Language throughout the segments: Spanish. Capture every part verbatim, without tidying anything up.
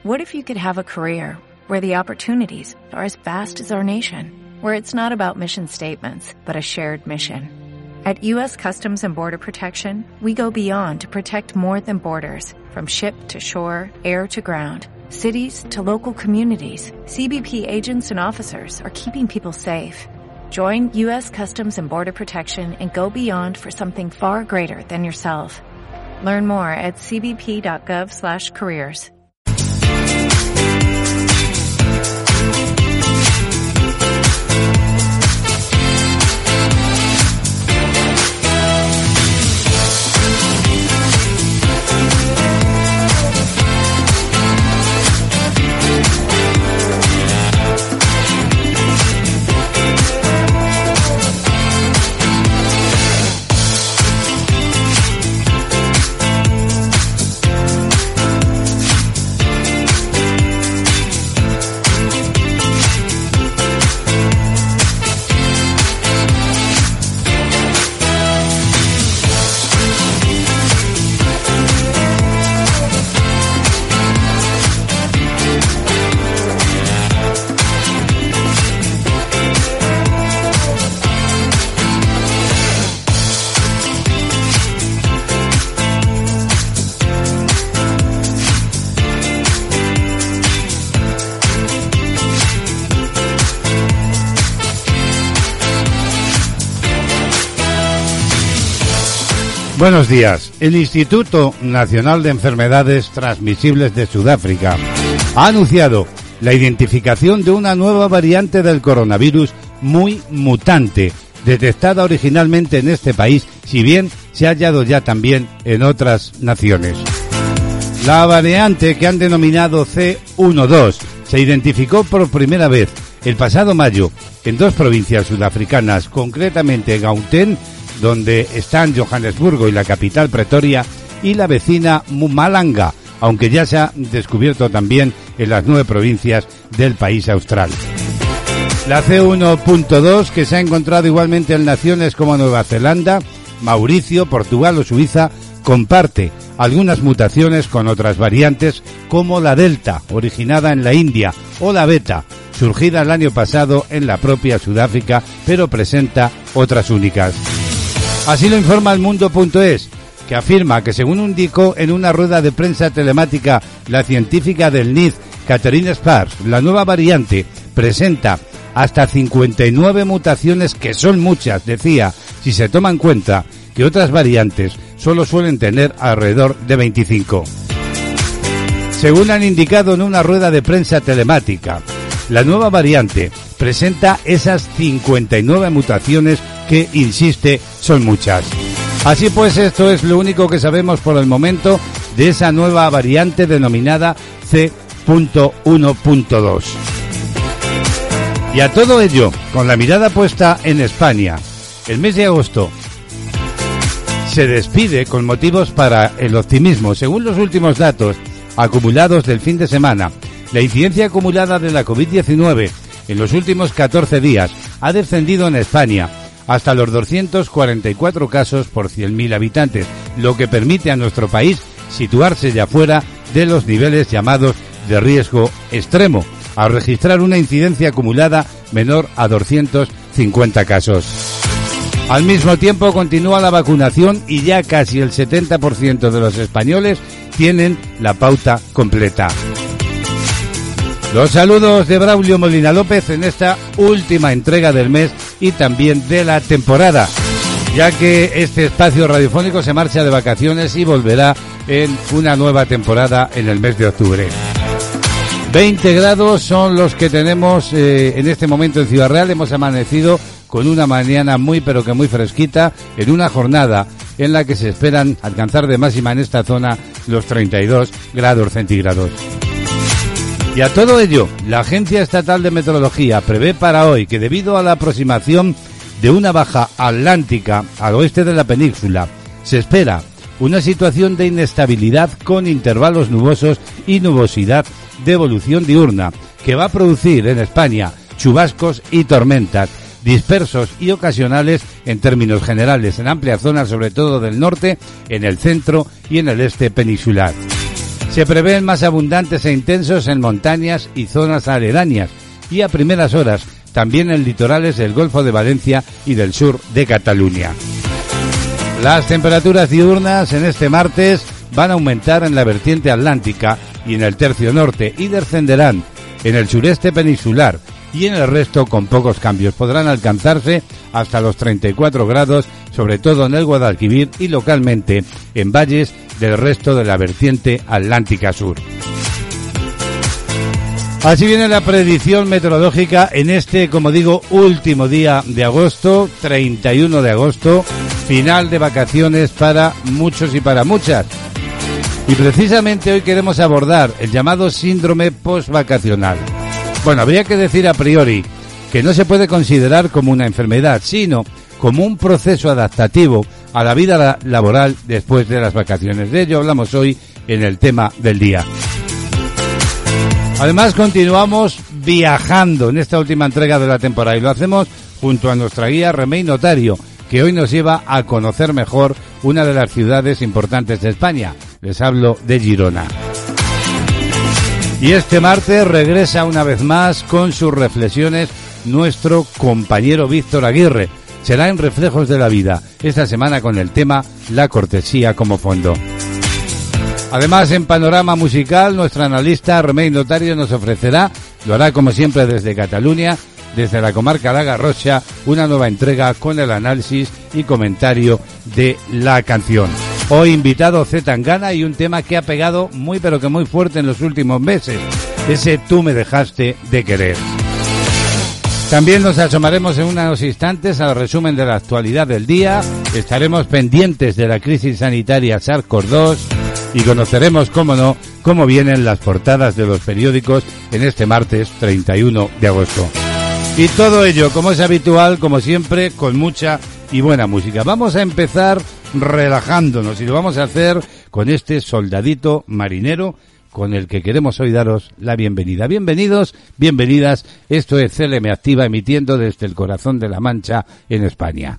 What if you could have a career where the opportunities are as vast as our nation, where it's not about mission statements, but a shared mission? At U S Customs and Border Protection, we go beyond to protect more than borders, from ship to shore, air to ground, cities to local communities. C B P agents and officers are keeping people safe. Join U S Customs and Border Protection and go beyond for something far greater than yourself. Learn more at c b p dot gov slash careers. Buenos días. El Instituto Nacional de Enfermedades Transmisibles de Sudáfrica ha anunciado la identificación de una nueva variante del coronavirus muy mutante, detectada originalmente en este país, si bien se ha hallado ya también en otras naciones. La variante, que han denominado C doce, se identificó por primera vez el pasado mayo en dos provincias sudafricanas, concretamente Gauteng, donde están Johannesburgo y la capital Pretoria, y la vecina Mpumalanga, aunque ya se ha descubierto también en las nueve provincias del país austral. La C uno punto dos, que se ha encontrado igualmente en naciones como Nueva Zelanda, Mauricio, Portugal o Suiza, comparte algunas mutaciones con otras variantes como la Delta, originada en la India, o la Beta, surgida el año pasado en la propia Sudáfrica, pero presenta otras únicas. Así lo informa el mundo punto es, que afirma que, según indicó en una rueda de prensa telemática la científica del N I C, Catherine Sparks, la nueva variante presenta hasta cincuenta y nueve mutaciones, que son muchas, decía, si se toma en cuenta que otras variantes solo suelen tener alrededor de veinticinco. Según han indicado en una rueda de prensa telemática, la nueva variante presenta esas cincuenta y nueve mutaciones que, insiste, son muchas. Así pues, esto es lo único que sabemos por el momento de esa nueva variante denominada C uno punto dos. Y a todo ello, con la mirada puesta en España, el mes de agosto se despide con motivos para el optimismo. Según los últimos datos acumulados del fin de semana, la incidencia acumulada de la covid diecinueve en los últimos catorce días ha descendido en España hasta los doscientos cuarenta y cuatro casos por cien mil habitantes, lo que permite a nuestro país situarse ya fuera de los niveles llamados de riesgo extremo, al registrar una incidencia acumulada menor a doscientos cincuenta casos. Al mismo tiempo continúa la vacunación y ya casi el setenta por ciento de los españoles tienen la pauta completa. Los saludos de Braulio Molina López en esta última entrega del mes y también de la temporada, ya que este espacio radiofónico se marcha de vacaciones y volverá en una nueva temporada en el mes de octubre. veinte grados son los que tenemos eh, en este momento en Ciudad Real. Hemos amanecido con una mañana muy pero que muy fresquita, en una jornada en la que se esperan alcanzar de máxima en esta zona los treinta y dos grados centígrados. Y a todo ello, la Agencia Estatal de Meteorología prevé para hoy que, debido a la aproximación de una baja atlántica al oeste de la península, se espera una situación de inestabilidad con intervalos nubosos y nubosidad de evolución diurna, que va a producir en España chubascos y tormentas dispersos y ocasionales en términos generales en amplias zonas, sobre todo del norte, en el centro y en el este peninsular. se prevén más abundantes e intensos en montañas y zonas aledañas y a primeras horas también en litorales del Golfo de Valencia y del sur de Cataluña. Las temperaturas diurnas en este martes van a aumentar en la vertiente atlántica y en el tercio norte y descenderán en el sureste peninsular y en el resto con pocos cambios. Podrán alcanzarse hasta los treinta y cuatro grados, sobre todo en el Guadalquivir y localmente en valles del resto de la vertiente atlántica sur. Así viene la predicción meteorológica en este, como digo, último día de agosto, treinta y uno de agosto, final de vacaciones para muchos y para muchas. Y precisamente hoy queremos abordar el llamado síndrome postvacacional. Bueno, habría que decir a priori que no se puede considerar como una enfermedad, sino como un proceso adaptativo a la vida laboral después de las vacaciones. De ello hablamos hoy en el tema del día. Además, continuamos viajando en esta última entrega de la temporada y lo hacemos junto a nuestra guía Remei Notario, que hoy nos lleva a conocer mejor una de las ciudades importantes de España. Les hablo de Girona. Y este martes regresa una vez más con sus reflexiones nuestro compañero Víctor Aguirre. Será en Reflejos de la Vida, esta semana con el tema La cortesía como fondo. Además, en Panorama Musical, nuestra analista Remei Notario nos ofrecerá, lo hará como siempre desde Cataluña, desde la comarca de la Garrocha, una nueva entrega con el análisis y comentario de la canción. Hoy invitado Z Tangana y un tema que ha pegado muy pero que muy fuerte en los últimos meses, ese Tú me dejaste de querer. También nos asomaremos en unos instantes al resumen de la actualidad del día, estaremos pendientes de la crisis sanitaria SARS-CoV dos y conoceremos, cómo no, cómo vienen las portadas de los periódicos en este martes treinta y uno de agosto. Y todo ello, como es habitual, como siempre, con mucha y buena música. Vamos a empezar relajándonos y lo vamos a hacer con este soldadito marinero con el que queremos hoy daros la bienvenida. Bienvenidos, bienvenidas, esto es C L M Activa emitiendo desde el corazón de la Mancha en España.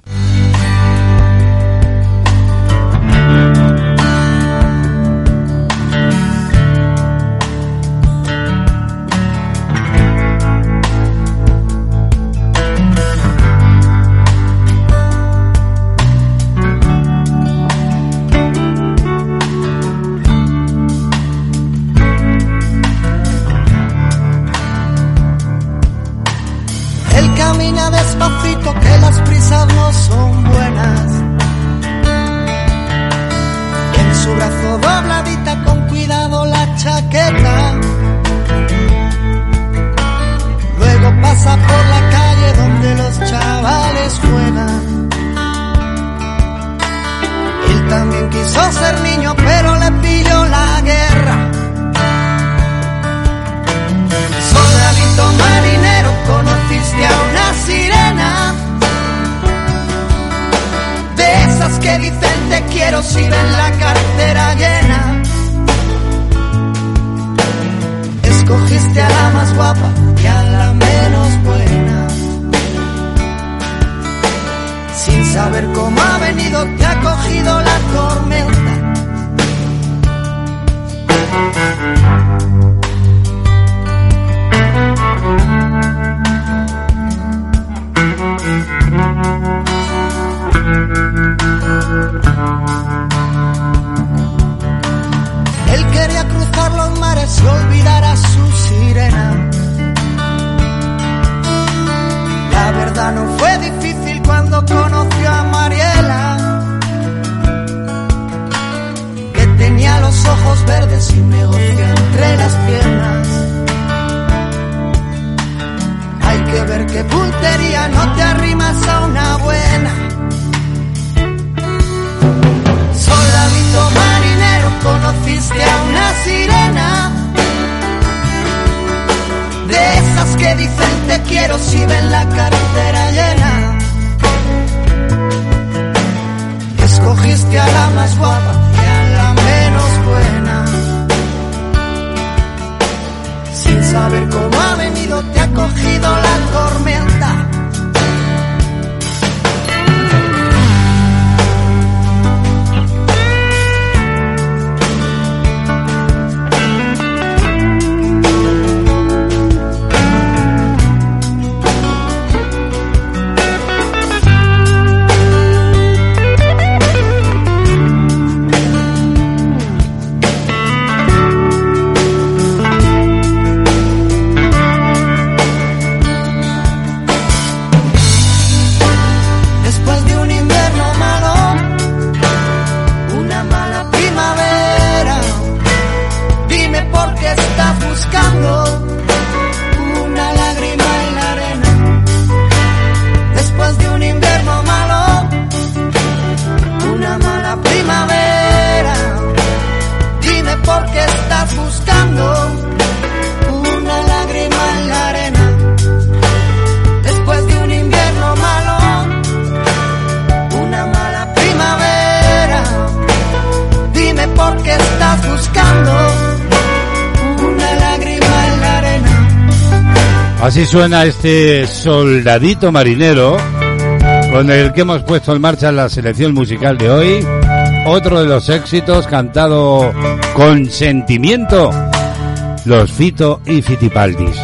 buscando una lágrima en la arena. Después de un invierno malo, una mala primavera. Dime por qué estás buscando una lágrima en la arena. Después de un invierno malo, una mala primavera. Dime por qué estás buscando una lágrima en la arena. Así suena este soldadito marinero con el que hemos puesto en marcha la selección musical de hoy. Otro de los éxitos cantado con sentimiento, los Fito y Fitipaldis.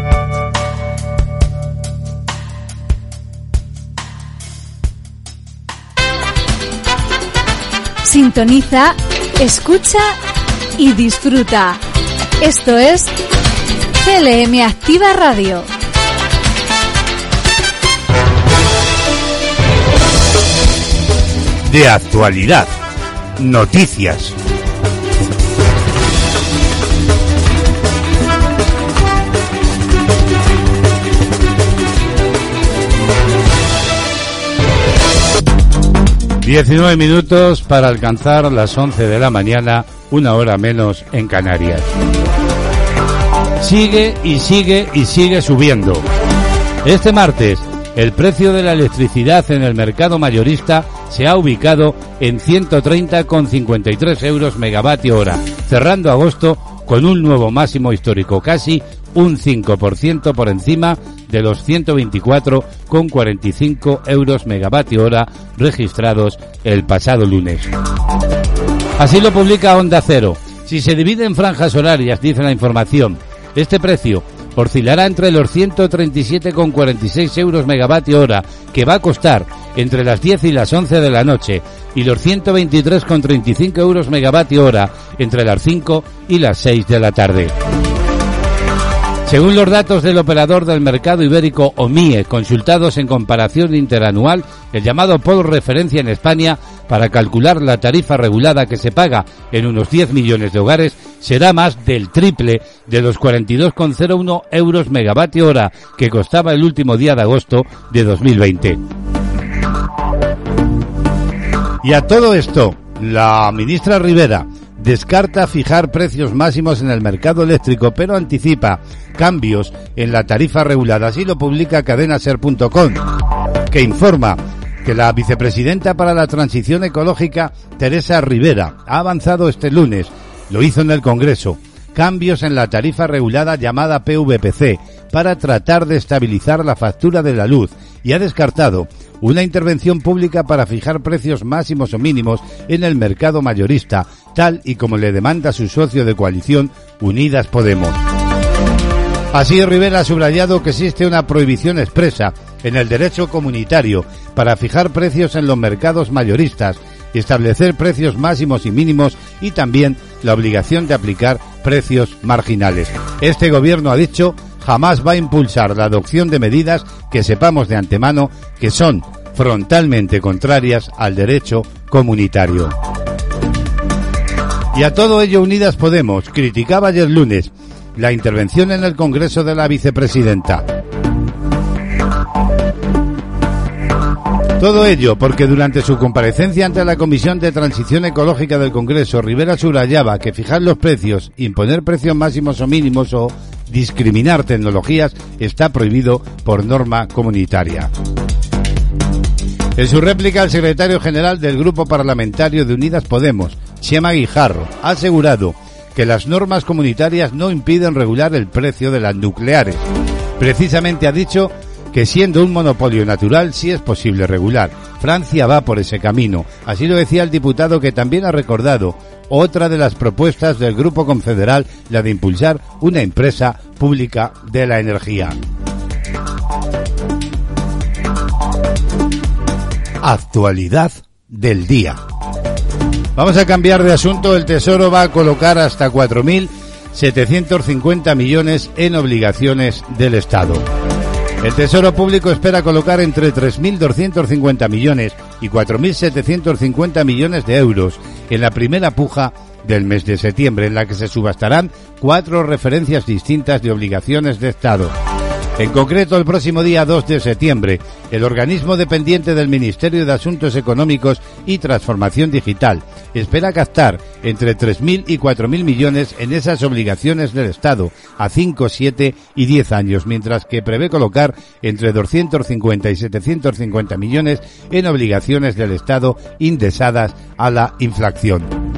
Sintoniza, escucha y disfruta. Esto es C L M Activa Radio. De actualidad, noticias. diecinueve minutos para alcanzar las once de la mañana, una hora menos en Canarias. Sigue y sigue y sigue subiendo. Este martes, el precio de la electricidad en el mercado mayorista se ha ubicado en ciento treinta coma cincuenta y tres euros megavatio hora, cerrando agosto con un nuevo máximo histórico, casi un cinco por ciento por encima de los ciento veinticuatro coma cuarenta y cinco euros megavatio hora registrados el pasado lunes. Así lo publica Onda Cero. Si se divide en franjas horarias, dice la información, este precio oscilará entre los ciento treinta y siete coma cuarenta y seis euros megavatio hora, que va a costar entre las diez y las once de la noche, y los ciento veintitrés coma treinta y cinco euros megavatio hora entre las cinco y las seis de la tarde. Según los datos del operador del mercado ibérico OMIE, consultados en comparación interanual, el llamado polo referencia en España, para calcular la tarifa regulada que se paga en unos diez millones de hogares, será más del triple de los cuarenta y dos coma cero uno euros megavatio hora que costaba el último día de agosto de dos mil veinte. Y a todo esto, la ministra Rivera descarta fijar precios máximos en el mercado eléctrico, pero anticipa cambios en la tarifa regulada. Así lo publica cadena ser punto com, que informa que la vicepresidenta para la transición ecológica, Teresa Rivera, ha avanzado este lunes, lo hizo en el Congreso, cambios en la tarifa regulada llamada P V P C para tratar de estabilizar la factura de la luz, y ha descartado una intervención pública para fijar precios máximos o mínimos en el mercado mayorista, tal y como le demanda su socio de coalición, Unidas Podemos. Así, Rivera ha subrayado que existe una prohibición expresa en el derecho comunitario para fijar precios en los mercados mayoristas, establecer precios máximos y mínimos, y también la obligación de aplicar precios marginales. Este gobierno, ha dicho, jamás va a impulsar la adopción de medidas que sepamos de antemano que son frontalmente contrarias al derecho comunitario. Y a todo ello, Unidas Podemos criticaba ayer lunes la intervención en el Congreso de la vicepresidenta. Todo ello porque durante su comparecencia ante la Comisión de Transición Ecológica del Congreso, Rivera subrayaba que fijar los precios, imponer precios máximos o mínimos o discriminar tecnologías está prohibido por norma comunitaria. En su réplica, el secretario general del Grupo Parlamentario de Unidas Podemos, Txema Guijarro, ha asegurado que las normas comunitarias no impiden regular el precio de las nucleares. Precisamente ha dicho que siendo un monopolio natural sí es posible regular. Francia va por ese camino. Así lo decía el diputado, que también ha recordado otra de las propuestas del Grupo Confederal, la de impulsar una empresa pública de la energía. Actualidad del día. Vamos a cambiar de asunto. El Tesoro va a colocar hasta cuatro mil setecientos cincuenta millones en obligaciones del Estado. El Tesoro Público espera colocar entre tres mil doscientos cincuenta millones y cuatro mil setecientos cincuenta millones de euros en la primera puja del mes de septiembre, en la que se subastarán cuatro referencias distintas de obligaciones de Estado. En concreto, el próximo día dos de septiembre, el organismo dependiente del Ministerio de Asuntos Económicos y Transformación Digital espera captar entre tres mil y cuatro mil millones en esas obligaciones del Estado a cinco, siete y diez años, mientras que prevé colocar entre doscientos cincuenta y setecientos cincuenta millones en obligaciones del Estado indexadas a la inflación.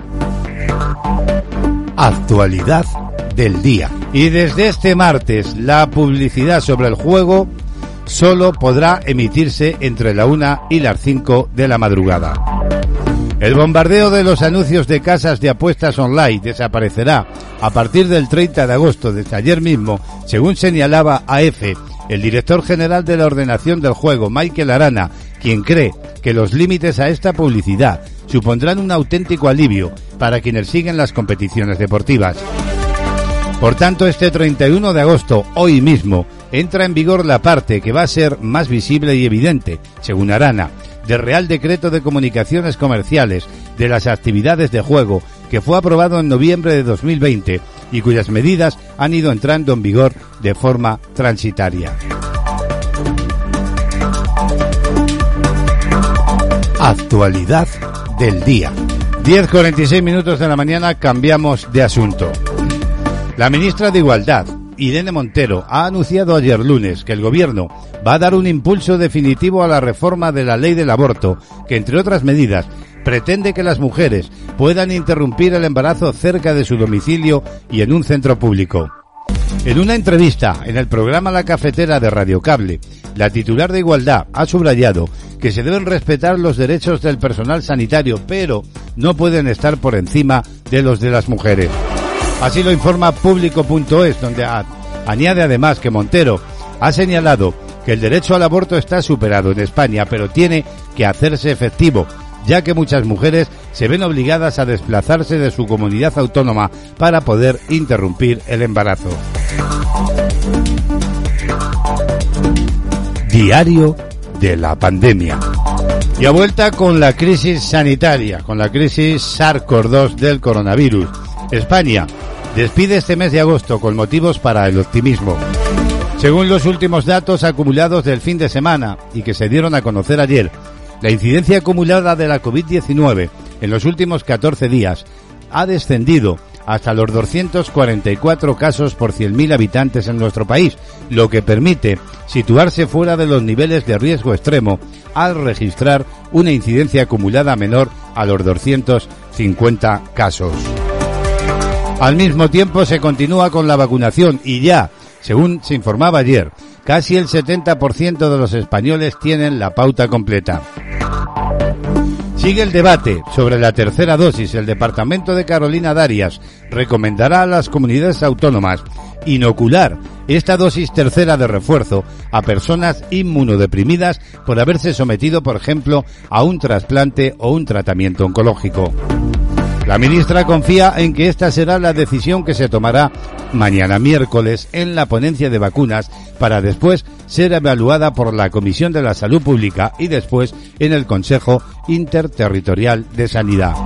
Actualidad del día. Y desde este martes, la publicidad sobre el juego solo podrá emitirse entre la una y las cinco de la madrugada. El bombardeo de los anuncios de casas de apuestas online desaparecerá a partir del treinta de agosto, desde ayer mismo, según señalaba A F, el director general de la ordenación del juego, Michael Arana, quien cree que los límites a esta publicidad supondrán un auténtico alivio para quienes siguen las competiciones deportivas. Por tanto, este treinta y uno de agosto, hoy mismo, entra en vigor la parte que va a ser más visible y evidente, según Arana, del Real Decreto de Comunicaciones Comerciales de las actividades de juego, que fue aprobado en noviembre de dos mil veinte y cuyas medidas han ido entrando en vigor de forma transitaria. Actualidad del día. diez cuarenta y seis minutos de la mañana, cambiamos de asunto. La ministra de Igualdad, Irene Montero, ha anunciado ayer lunes que el Gobierno va a dar un impulso definitivo a la reforma de la ley del aborto, que, entre otras medidas, pretende que las mujeres puedan interrumpir el embarazo cerca de su domicilio y en un centro público. En una entrevista en el programa La Cafetera de Radio Cable, la titular de Igualdad ha subrayado que se deben respetar los derechos del personal sanitario, pero no pueden estar por encima de los de las mujeres. Así lo informa Público punto es, donde a, añade además que Montero ha señalado que el derecho al aborto está superado en España, pero tiene que hacerse efectivo, ya que muchas mujeres se ven obligadas a desplazarse de su comunidad autónoma para poder interrumpir el embarazo. Diario de la pandemia. Y a vuelta con la crisis sanitaria, con la crisis SARS-CoV dos del coronavirus. España despide este mes de agosto con motivos para el optimismo. Según los últimos datos acumulados del fin de semana y que se dieron a conocer ayer, la incidencia acumulada de la covid diecinueve en los últimos catorce días ha descendido hasta los doscientos cuarenta y cuatro casos por cien mil habitantes en nuestro país, lo que permite situarse fuera de los niveles de riesgo extremo al registrar una incidencia acumulada menor a los doscientos cincuenta casos. Al mismo tiempo se continúa con la vacunación y ya, según se informaba ayer, casi el setenta por ciento de los españoles tienen la pauta completa. Sigue el debate sobre la tercera dosis. El departamento de Carolina Darias recomendará a las comunidades autónomas inocular esta dosis tercera de refuerzo a personas inmunodeprimidas por haberse sometido, por ejemplo, a un trasplante o un tratamiento oncológico. La ministra confía en que esta será la decisión que se tomará mañana miércoles en la ponencia de vacunas para después ser evaluada por la Comisión de la Salud Pública y después en el Consejo Interterritorial de Sanidad.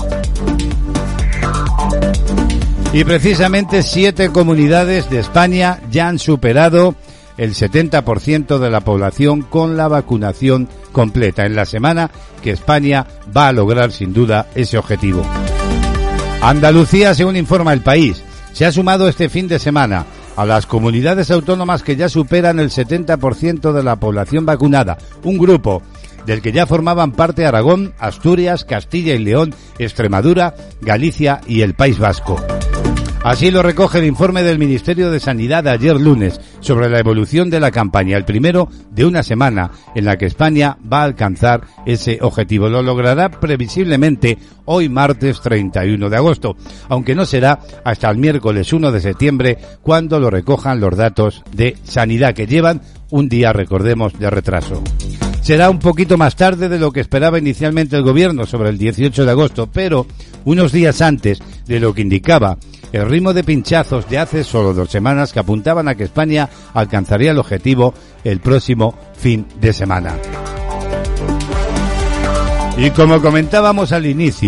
Y precisamente siete comunidades de España ya han superado el setenta por ciento de la población con la vacunación completa en la semana que España va a lograr sin duda ese objetivo. Andalucía, según informa El País, se ha sumado este fin de semana a las comunidades autónomas que ya superan el setenta por ciento de la población vacunada, un grupo del que ya formaban parte Aragón, Asturias, Castilla y León, Extremadura, Galicia y el País Vasco. Así lo recoge el informe del Ministerio de Sanidad de ayer lunes sobre la evolución de la campaña, el primero de una semana en la que España va a alcanzar ese objetivo. Lo logrará previsiblemente hoy martes treinta y uno de agosto, aunque no será hasta el miércoles uno de septiembre cuando lo recojan los datos de sanidad, que llevan un día, recordemos, de retraso. Será un poquito más tarde de lo que esperaba inicialmente el Gobierno, sobre el dieciocho de agosto, pero unos días antes de lo que indicaba el ritmo de pinchazos de hace solo dos semanas que apuntaban a que España alcanzaría el objetivo el próximo fin de semana. Y como comentábamos al inicio,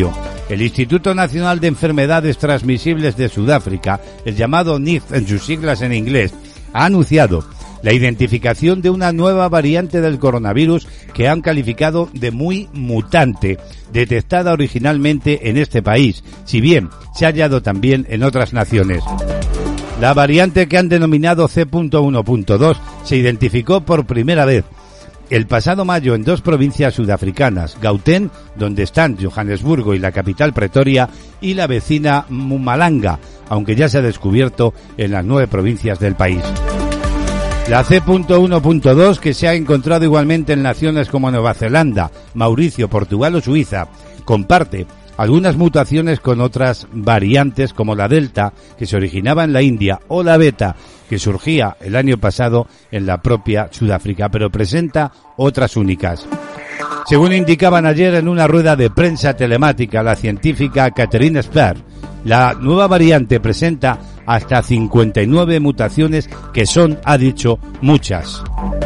El Instituto Nacional de Enfermedades Transmisibles de Sudáfrica, el llamado N I F en sus siglas en inglés, ha anunciado la identificación de una nueva variante del coronavirus que han calificado de muy mutante, detectada originalmente en este país, si bien se ha hallado también en otras naciones. La variante, que han denominado C uno punto dos, se identificó por primera vez el pasado mayo en dos provincias sudafricanas, Gauteng, donde están Johannesburgo y la capital Pretoria, y la vecina Mpumalanga, aunque ya se ha descubierto en las nueve provincias del país. La C uno punto dos, que se ha encontrado igualmente en naciones como Nueva Zelanda, Mauricio, Portugal o Suiza, comparte algunas mutaciones con otras variantes como la Delta, que se originaba en la India, o la Beta, que surgía el año pasado en la propia Sudáfrica, pero presenta otras únicas. Según indicaban ayer en una rueda de prensa telemática la científica Catherine Sper, la nueva variante presenta hasta cincuenta y nueve mutaciones, que son, ha dicho, muchas.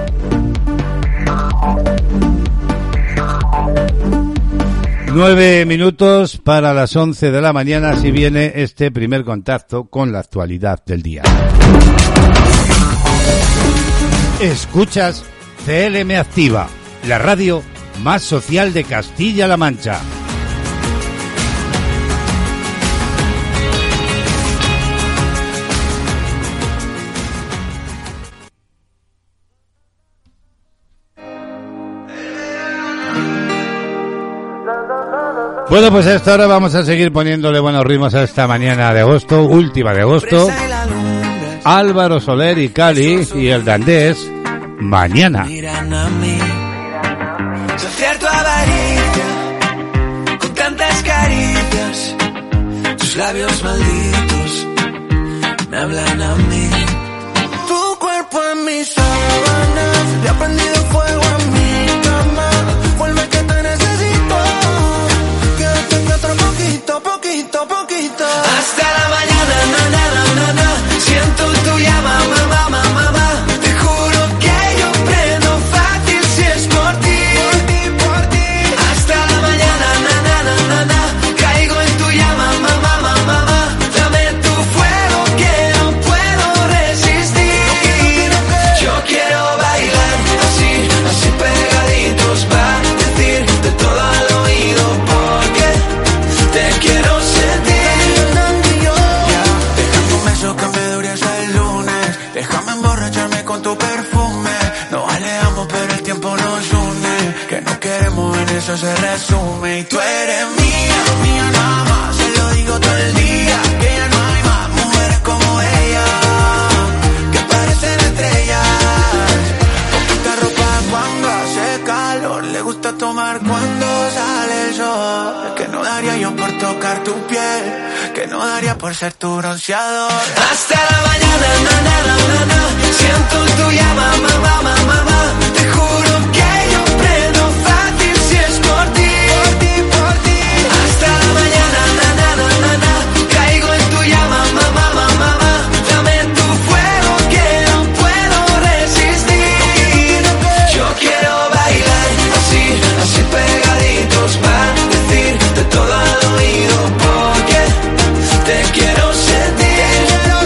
Nueve minutos para las once de la mañana, así viene este primer contacto con la actualidad del día. Escuchas C L M Activa, la radio más social de Castilla-La Mancha. Bueno, pues a esta hora vamos a seguir poniéndole buenos ritmos a esta mañana de agosto, última de agosto. Álvaro Soler y Cali y el Dandés, Mañana. Miran a mí, saciar tu avaricia con tantas caricias, tus labios malditos me hablan a mí. Tu cuerpo en mis sábanas, le ha prendido fuego a mi cama. Vuelve que te necesito, quédate otro poquito, poquito, poquito. Hasta la mañana, na, na, na, na, na. Siento tu llama, mamá, mamá, mamá. Te juro que yo prendo fácil si es por ti, por ti, por ti. Hasta la mañana, na, na, na, na, na. Caigo en tu llama, mamá, mamá, mamá. Dame tu fuego que no puedo resistir. Yo quiero bailar así, así pegaditos para decirte todo al oído porque te quiero sentir. Déjame un beso que me dure hasta el lunes. Déjame emborracharme con tu perfume. Nos alejamos pero el tiempo nos une. Que no queremos, en eso se resume. Y tú eres mía, mía nada más. Se lo digo todo el día. Que ya no hay más mujeres como ella, que parecen estrellas. Poquita ropa cuando hace calor. Le gusta tomar cuando sale el sol. Que no daría yo por tocar tu piel, que no daría por ser tu bronceador. Hasta la mañana, na, na, na, na, na. Siento tu llama, mamá, mamá, mamá. Te juro que yo prendo fácil si es por ti, por ti, por ti. Hasta la mañana, na, na, na, na, na. Caigo en tu llama, mamá, mamá, mamá. Dame tu fuego que no puedo resistir. Yo quiero bailar así, así pegaditos para decirte todo al oído porque te quiero sentir.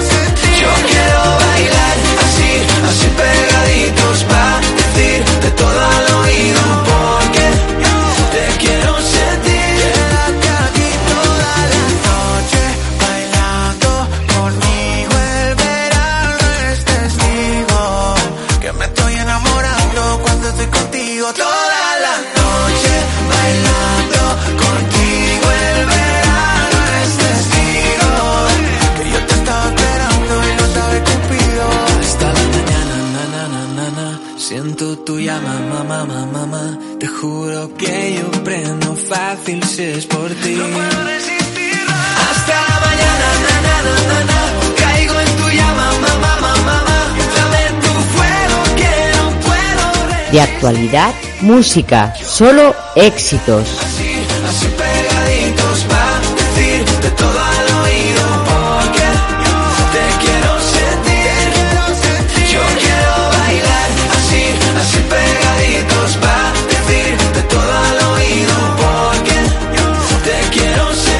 Yo quiero bailar así, así pegaditos para decirte todo al oído porque te quiero sentir. Quédate aquí toda la noche bailando conmigo. El verano es testigo que me estoy enamorando cuando estoy contigo. Toda la noche bailando contigo. El verano es testigo que yo te estaba esperando y no sabe Cupido. Hasta la mañana, na, na, na, na, na. Siento tu llama, mamá, mamá, mamá. Te juro que yo prendo fácil si es por ti. No puedo resistirlo. Hasta la mañana, na, na, na, na, na. Caigo en tu llama, mamá, mamá, mamá. Dame tu fuego que no puedo resistir. De actualidad, música, solo éxitos. Así, así pegaditos para decirte todo al oído porque te quiero sentir. Yo quiero bailar así, así pegaditos para decirte todo al oído porque te quiero sentir.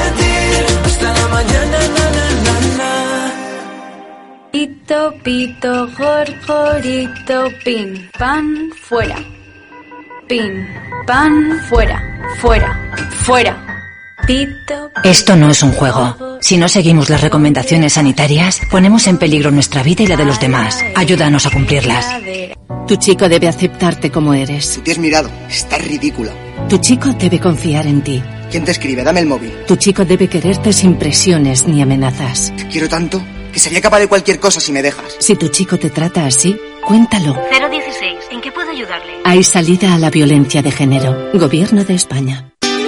Pito, pito, gorgorito, pin, pan, fuera. Pin, pan, fuera, fuera, fuera. Pito. Esto no es un juego. Si no seguimos las recomendaciones sanitarias, ponemos en peligro nuestra vida y la de los demás. Ayúdanos a cumplirlas. Tu chico debe aceptarte como eres. Tú te has mirado. Estás ridícula. Tu chico debe confiar en ti. ¿Quién te escribe? Dame el móvil. Tu chico debe quererte sin presiones ni amenazas. Te quiero tanto que sería capaz de cualquier cosa si me dejas. Si tu chico te trata así, cuéntalo. cero dieciséis. ¿En qué puedo ayudarle? Hay salida a la violencia de género. Gobierno de España.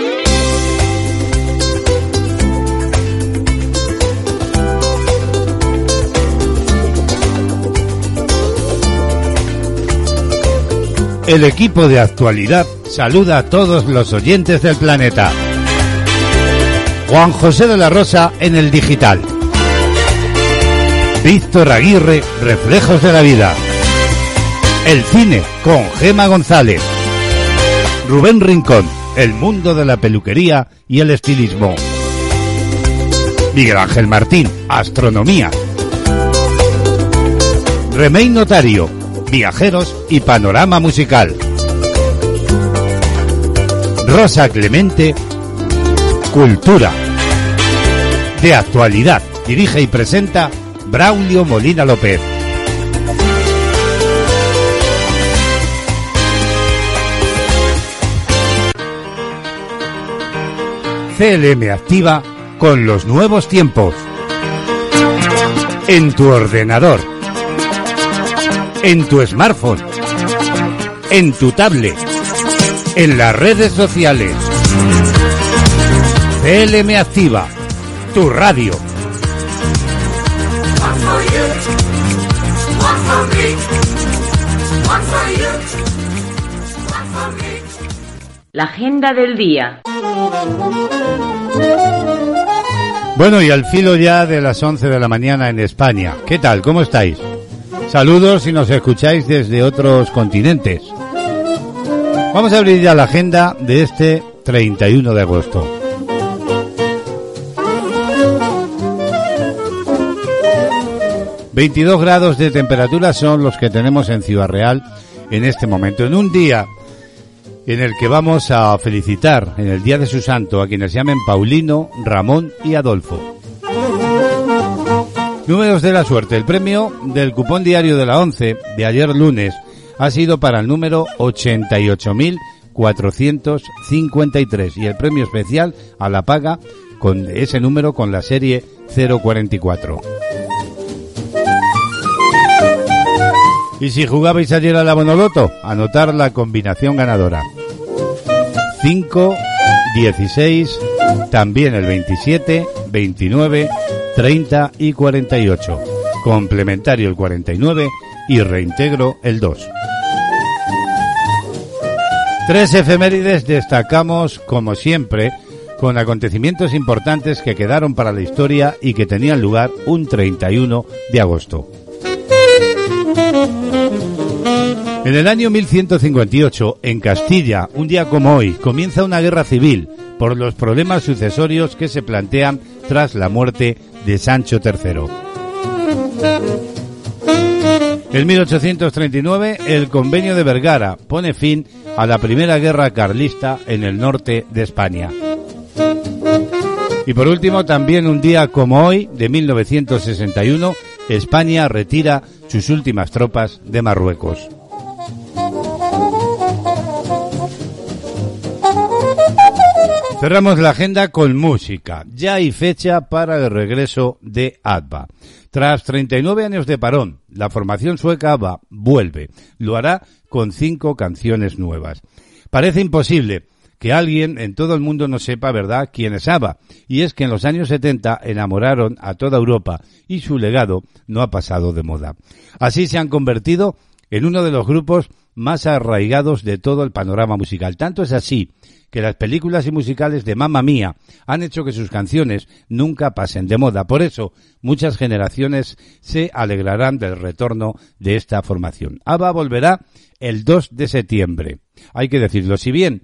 El equipo de actualidad saluda a todos los oyentes del planeta. Juan José de la Rosa en el digital. Víctor Aguirre, Reflejos de la Vida. El cine con Gema González. Rubén Rincón, el mundo de la peluquería y el estilismo. Miguel Ángel Martín, astronomía. Remey Notario, viajeros y panorama musical. Rosa Clemente, cultura. De actualidad, dirige y presenta Braulio Molina López. C L M activa con los nuevos tiempos. En tu ordenador, en tu smartphone, en tu tablet, en las redes sociales. C L M activa, tu radio. La agenda del día. Bueno, y al filo ya de las once de la mañana en España. ¿Qué tal? ¿Cómo estáis? Saludos si nos escucháis desde otros continentes. Vamos a abrir ya la agenda de este treinta y uno de agosto. veintidós grados de temperatura son los que tenemos en Ciudad Real en este momento, en un día en el que vamos a felicitar en el día de su santo a quienes llamen Paulino, Ramón y Adolfo. Números de la suerte. El premio del cupón diario de la once de ayer lunes ha sido para el número ochenta y ocho mil cuatrocientos cincuenta y tres y el premio especial a la paga con ese número con la serie cero cuarenta y cuatro. Y si jugabais ayer a la Bonoloto, anotar la combinación ganadora. cinco, dieciséis, también el veintisiete, veintinueve, treinta y cuarenta y ocho. Complementario el cuarenta y nueve y reintegro el dos. Tres efemérides destacamos, como siempre, con acontecimientos importantes que quedaron para la historia y que tenían lugar un treinta y uno de agosto. En el año mil ciento cincuenta y ocho, en Castilla, un día como hoy, comienza una guerra civil por los problemas sucesorios que se plantean tras la muerte de Sancho tercero. En mil ochocientos treinta y nueve, el Convenio de Vergara pone fin a la primera guerra carlista en el norte de España. Y por último, también un día como hoy, de mil novecientos sesenta y uno, España retira sus últimas tropas de Marruecos. Cerramos la agenda con música. Ya hay fecha para el regreso de ABBA. Tras treinta y nueve años de parón, la formación sueca ABBA vuelve. Lo hará con cinco canciones nuevas. Parece imposible que alguien en todo el mundo no sepa, ¿verdad?, quién es ABBA. Y es que en los años setenta enamoraron a toda Europa y su legado no ha pasado de moda. Así se han convertido en uno de los grupos más arraigados de todo el panorama musical. Tanto es así que las películas y musicales de Mamma Mía han hecho que sus canciones nunca pasen de moda. Por eso, muchas generaciones se alegrarán del retorno de esta formación. ABBA volverá el dos de septiembre. Hay que decirlo, si bien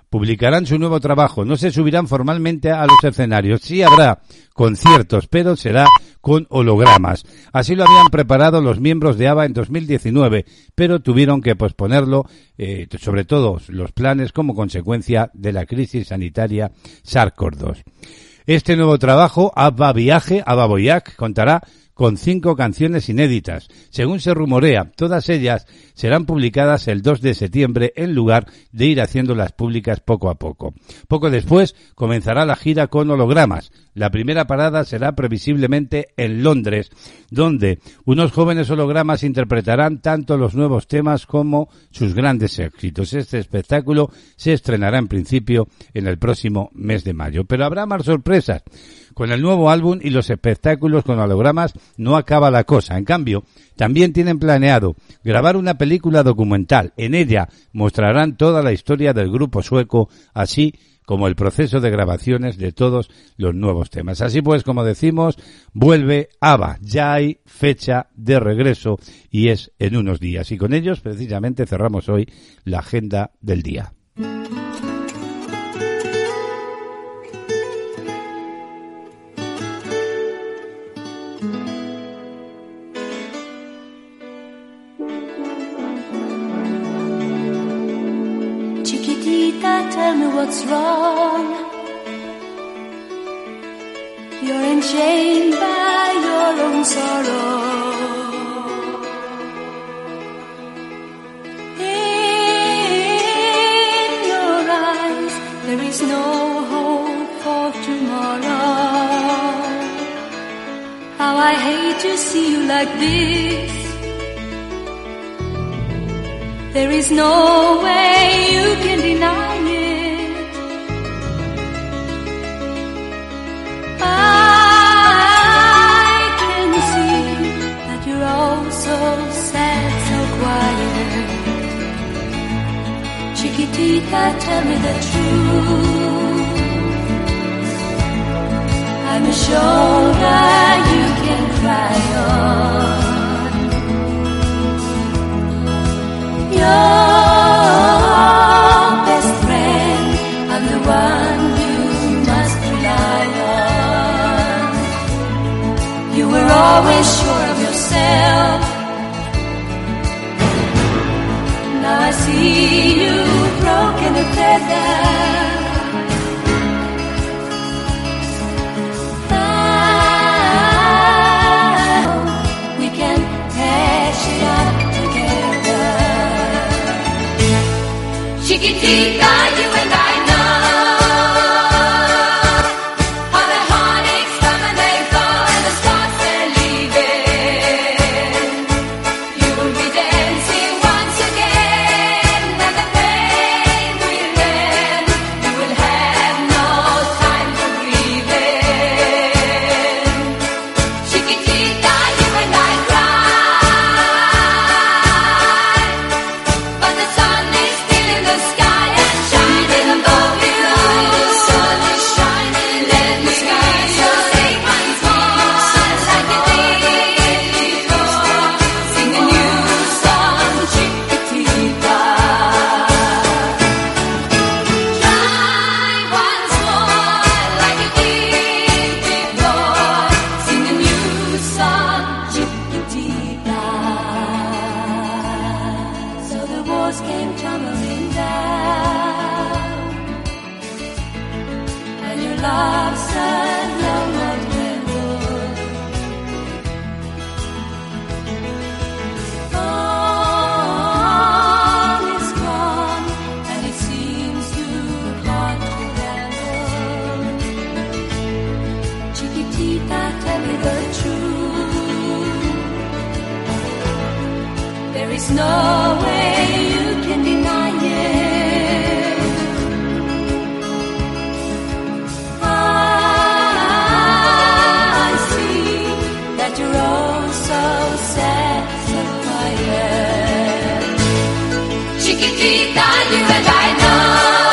publicarán su nuevo trabajo. No se subirán formalmente a los escenarios. Sí habrá conciertos, pero será con hologramas. Así lo habían preparado los miembros de ABBA en dos mil diecinueve, pero tuvieron que posponerlo, eh, sobre todo los planes como consecuencia de la crisis sanitaria SARS-CoV dos. Este nuevo trabajo, ABBA Viaje, ABBA Voyage, contará con cinco canciones inéditas. Según se rumorea, todas ellas serán publicadas el dos de septiembre en lugar de ir haciéndolas públicas poco a poco. Poco después comenzará la gira con hologramas. La primera parada será previsiblemente en Londres, donde unos jóvenes hologramas interpretarán tanto los nuevos temas como sus grandes éxitos. Este espectáculo se estrenará en principio en el próximo mes de mayo. Pero habrá más sorpresas. Con el nuevo álbum y los espectáculos con hologramas no acaba la cosa. En cambio, también tienen planeado grabar una película documental. En ella mostrarán toda la historia del grupo sueco, así como el proceso de grabaciones de todos los nuevos temas. Así pues, como decimos, vuelve ABBA. Ya hay fecha de regreso y es en unos días. Y con ellos, precisamente, cerramos hoy la agenda del día. Tell me what's wrong. You're enchained by your own sorrow. In your eyes there is no hope for tomorrow. How I hate to see you like this. There is no way you can deny it. I can see that you're all so sad, so quiet. Chiquitita, tell me the truth. I'm a shoulder you can cry on. Your best friend, I'm the one you must rely on. You were always sure of yourself. Now I see you broken and feather. We can patch it up together. Chiquitita, you and I know how the heartaches come and they go and the stars they're leaving. You will be dancing once again and the pain will end. You will have no time for grieving. Chiquitita, you and I cry, but the sun is still in the sky and shining above you. The sun is shining, let me hear you sing once more like you did before. Sing a new song, Chiquitita. Try once more like you did before. Sing a new song, Chiquitita. So the walls came tumbling down, and your love said no more terror. All is gone, and it seems too hard to handle. Chiquitita, tell me the truth. There is no way you can deny it. I see that you're all so sad, so quiet. Chiquitita, you and I know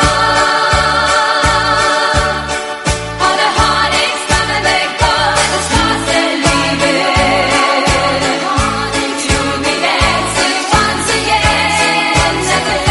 how the heartaches come and they go and the stars they're leaving. You'll be dancing once again and the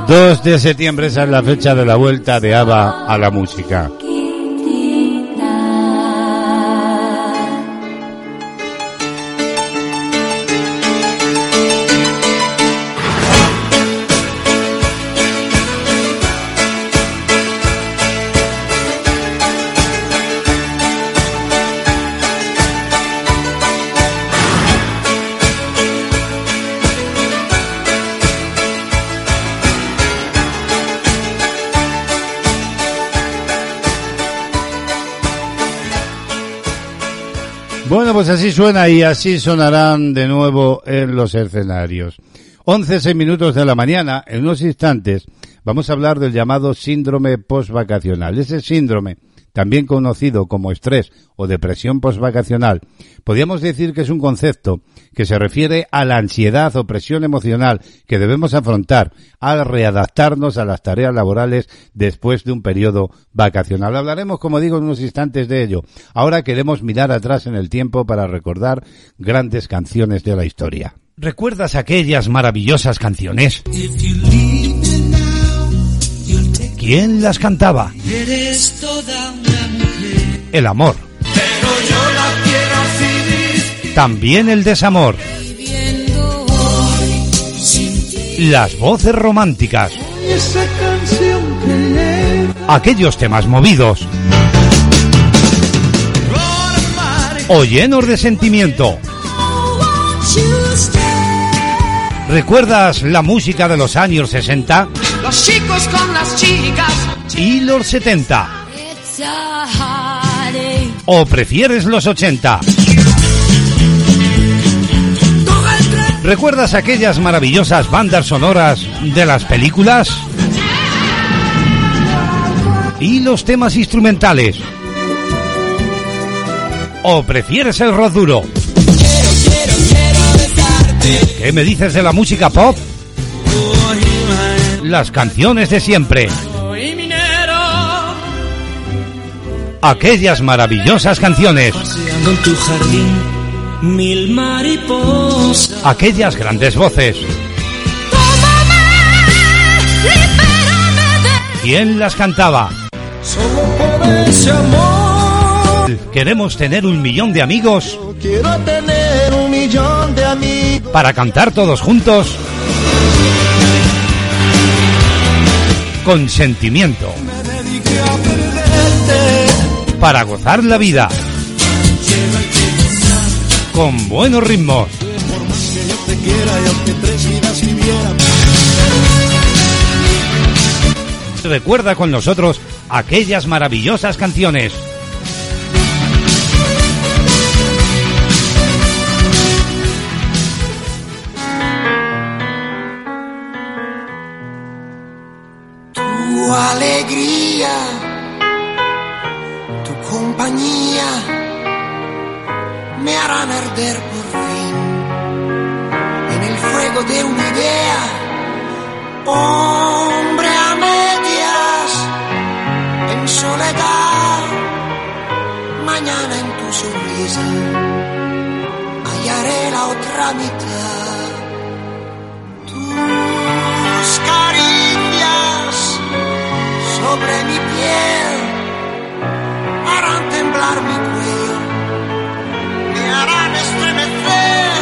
dos de septiembre, esa es la fecha de la vuelta de ABBA a la música. Bueno, pues así suena y así sonarán de nuevo en los escenarios. once, seis minutos de la mañana, en unos instantes, vamos a hablar del llamado síndrome postvacacional. Ese síndrome, también conocido como estrés o depresión postvacacional, podríamos decir que es un concepto que se refiere a la ansiedad o presión emocional que debemos afrontar al readaptarnos a las tareas laborales después de un periodo vacacional. Hablaremos, como digo, en unos instantes de ello. Ahora queremos mirar atrás en el tiempo para recordar grandes canciones de la historia. ¿Recuerdas aquellas maravillosas canciones? ¿Quién las cantaba? Eres toda una mujer. El amor. Pero yo la quiero así. También el desamor. Viviendo hoy sin ti. Las voces románticas. Esa canción que lleva. Aquellos temas movidos. O llenos de sentimiento. ¿Recuerdas la música de los años sesenta? Los chicos con las chicas. ¿Y los setenta? ¿O prefieres los ochenta? ¿Recuerdas aquellas maravillosas bandas sonoras de las películas? ¿Y los temas instrumentales? ¿O prefieres el rock duro? ¿Qué me dices de la música pop? Las canciones de siempre. Aquellas maravillosas canciones. Paseando en tu jardín, mil mariposas. Aquellas grandes voces. ¿Quién las cantaba? Solo por ese amor. Queremos tener un millón de amigos. Quiero tener un millón de amigos. Para cantar todos juntos. Con sentimiento. Me dediqué a perderte. Para gozar la vida. Con buenos ritmos. Por más que yo te quiera y aunque tres vidas viviera. Recuerda con nosotros aquellas maravillosas canciones. Tu alegría, tu compañía me harán arder por fin en el fuego de una idea, hombre a medias, en soledad, mañana en tu sonrisa hallaré la otra mitad, tus caricias sobre mi piel harán temblar mi cuello, me harán estremecer.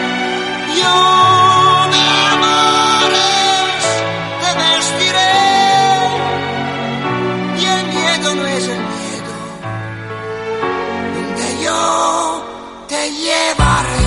Yo de amores te vestiré y el miedo no es el miedo, donde yo te llevaré.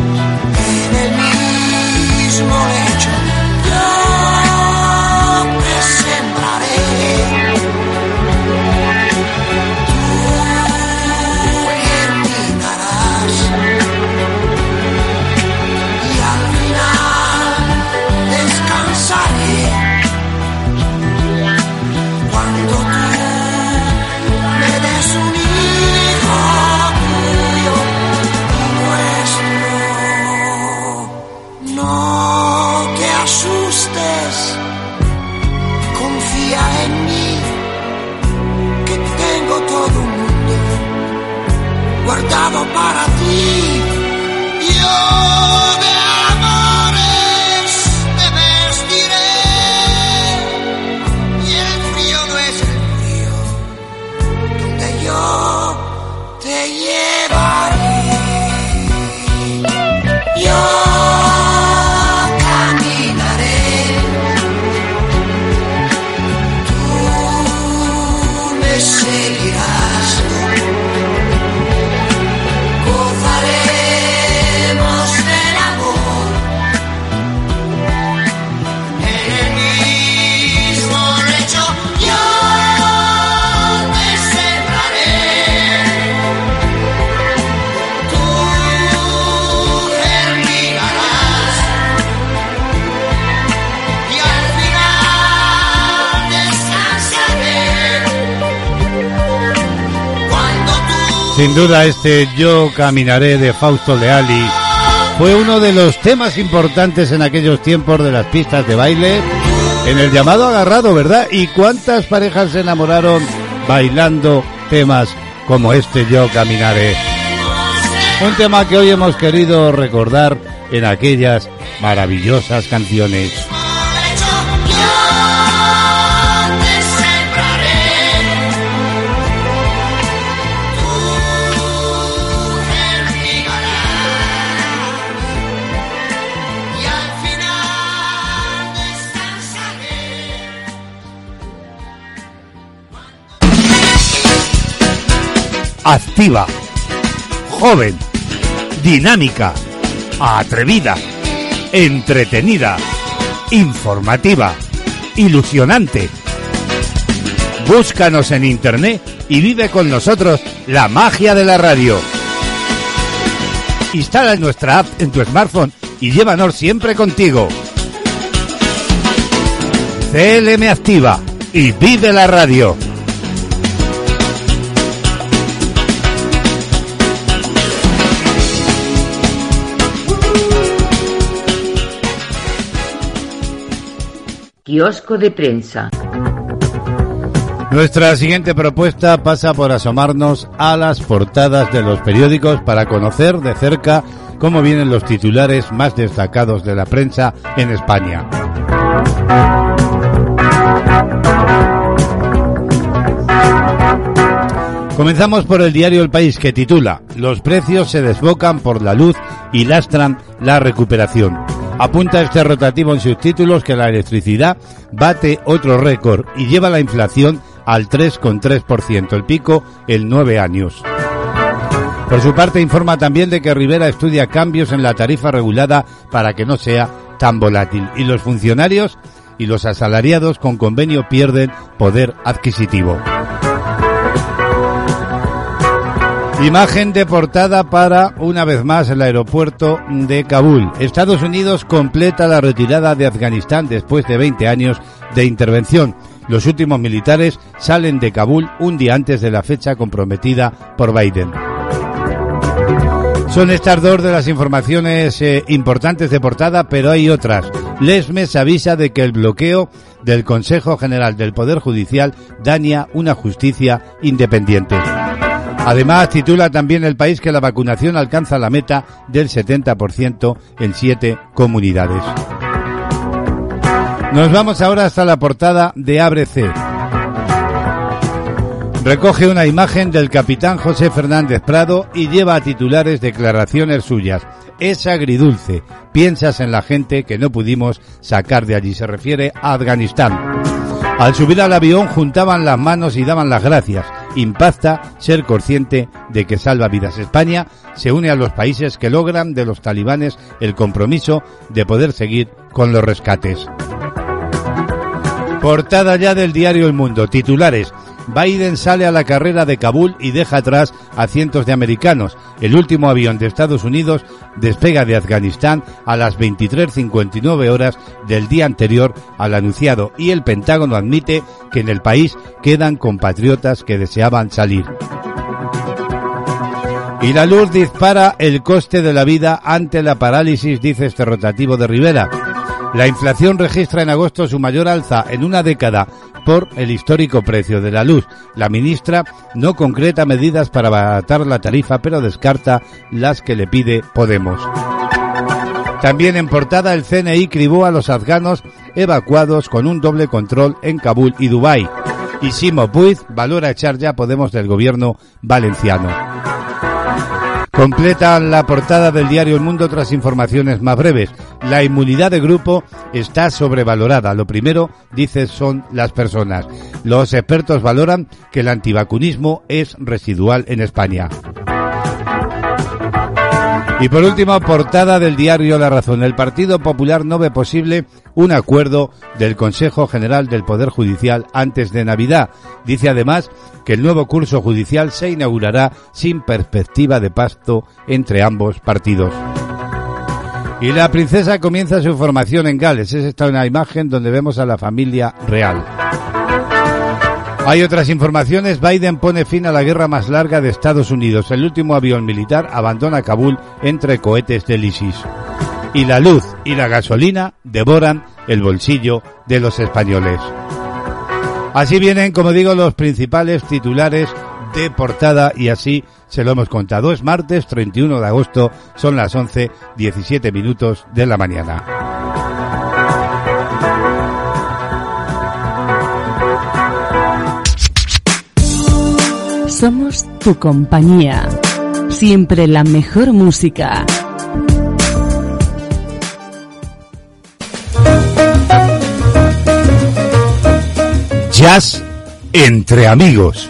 Yo guardado para ti. Yo de amores te vestiré y el frío no es el frío donde yo te llevaré. Yo caminaré, tú me seguirás, gozaremos del amor en el mismo lecho. Yo te sembraré, tú germinarás y al final descansaré cuando tú. Sin duda este Yo caminaré de Fausto Leali fue uno de los temas importantes en aquellos tiempos de las pistas de baile, en el llamado agarrado, ¿verdad? ¿Y cuántas parejas se enamoraron bailando temas como este Yo caminaré? Un tema que hoy hemos querido recordar en aquellas maravillosas canciones. Activa, joven, dinámica, atrevida, entretenida, informativa, ilusionante. Búscanos en internet y vive con nosotros la magia de la radio. Instala nuestra app en tu smartphone y llévanos siempre contigo. C L M Activa y vive la radio. Kiosco de prensa. Nuestra siguiente propuesta pasa por asomarnos a las portadas de los periódicos para conocer de cerca cómo vienen los titulares más destacados de la prensa en España. Comenzamos por el diario El País, que titula: Los precios se desbocan por la luz y lastran la recuperación. Apunta este rotativo en sus títulos que la electricidad bate otro récord y lleva la inflación al tres coma tres por ciento, el pico en nueve años. Por su parte, informa también de que Rivera estudia cambios en la tarifa regulada para que no sea tan volátil, y los funcionarios y los asalariados con convenio pierden poder adquisitivo. Imagen de portada para, una vez más, el aeropuerto de Kabul. Estados Unidos completa la retirada de Afganistán después de veinte años de intervención. Los últimos militares salen de Kabul un día antes de la fecha comprometida por Biden. Son estas dos de las informaciones eh, importantes de portada, pero hay otras. Lesmes avisa de que el bloqueo del Consejo General del Poder Judicial daña una justicia independiente. Además, titula también El País que la vacunación alcanza la meta del setenta por ciento en siete comunidades. Nos vamos ahora hasta la portada de A B C. Recoge una imagen del capitán José Fernández Prado y lleva a titulares declaraciones suyas. Es agridulce. Piensas en la gente que no pudimos sacar de allí. Se refiere a Afganistán. Al subir al avión juntaban las manos y daban las gracias. Impacta ser consciente de que salva vidas. España se une a los países que logran de los talibanes el compromiso de poder seguir con los rescates. Portada ya del diario El Mundo. Titulares: Biden sale a la carrera de Kabul y deja atrás a cientos de americanos. El último avión de Estados Unidos despega de Afganistán a las veintitrés cincuenta y nueve horas del día anterior al anunciado, y el Pentágono admite que en el país quedan compatriotas que deseaban salir. Y la luz dispara el coste de la vida ante la parálisis, dice este rotativo de Rivera. La inflación registra en agosto su mayor alza en una década por el histórico precio de la luz. La ministra no concreta medidas para abaratar la tarifa, pero descarta las que le pide Podemos. También en portada, el C N I cribó a los afganos evacuados con un doble control en Kabul y Dubái. Y Ximo Puig valora echar ya Podemos del gobierno valenciano. Completan la portada del diario El Mundo otras informaciones más breves. La inmunidad de grupo está sobrevalorada. Lo primero, dice, son las personas. Los expertos valoran que el antivacunismo es residual en España. Y por último, portada del diario La Razón. El Partido Popular no ve posible un acuerdo del Consejo General del Poder Judicial antes de Navidad. Dice además que el nuevo curso judicial se inaugurará sin perspectiva de pacto entre ambos partidos. Y la princesa comienza su formación en Gales. Es esta una imagen donde vemos a la familia real. Hay otras informaciones. Biden pone fin a la guerra más larga de Estados Unidos. El último avión militar abandona Kabul entre cohetes del ISIS. Y la luz y la gasolina devoran el bolsillo de los españoles. Así vienen, como digo, los principales titulares de portada y así se lo hemos contado. Es martes treinta y uno de agosto, son las once diecisiete minutos de la mañana. Somos tu compañía. Siempre la mejor música. Jazz entre amigos.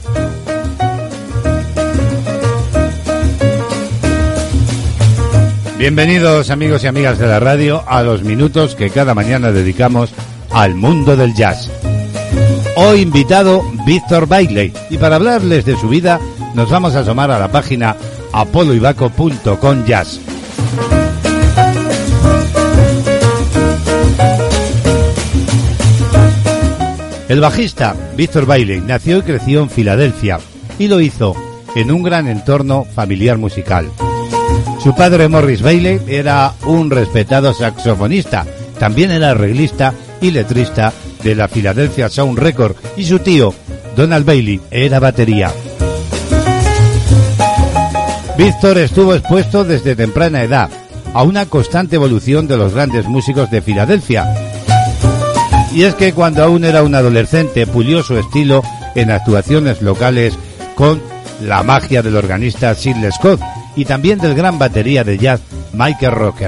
Bienvenidos, amigos y amigas de la radio, a los minutos que cada mañana dedicamos al mundo del jazz. Hoy invitado Víctor Bailey, y para hablarles de su vida nos vamos a asomar a la página apolo ibaco punto com jazz. El bajista Víctor Bailey nació y creció en Filadelfia y lo hizo en un gran entorno familiar musical. Su padre Morris Bailey era un respetado saxofonista, también era arreglista y letrista de la Philadelphia Sound Record, y su tío, Donald Bailey, era batería. Víctor estuvo expuesto desde temprana edad a una constante evolución de los grandes músicos de Filadelfia. Y es que cuando aún era un adolescente pulió su estilo en actuaciones locales con la magia del organista Sidney Scott y también del gran batería de jazz Michael Rocker.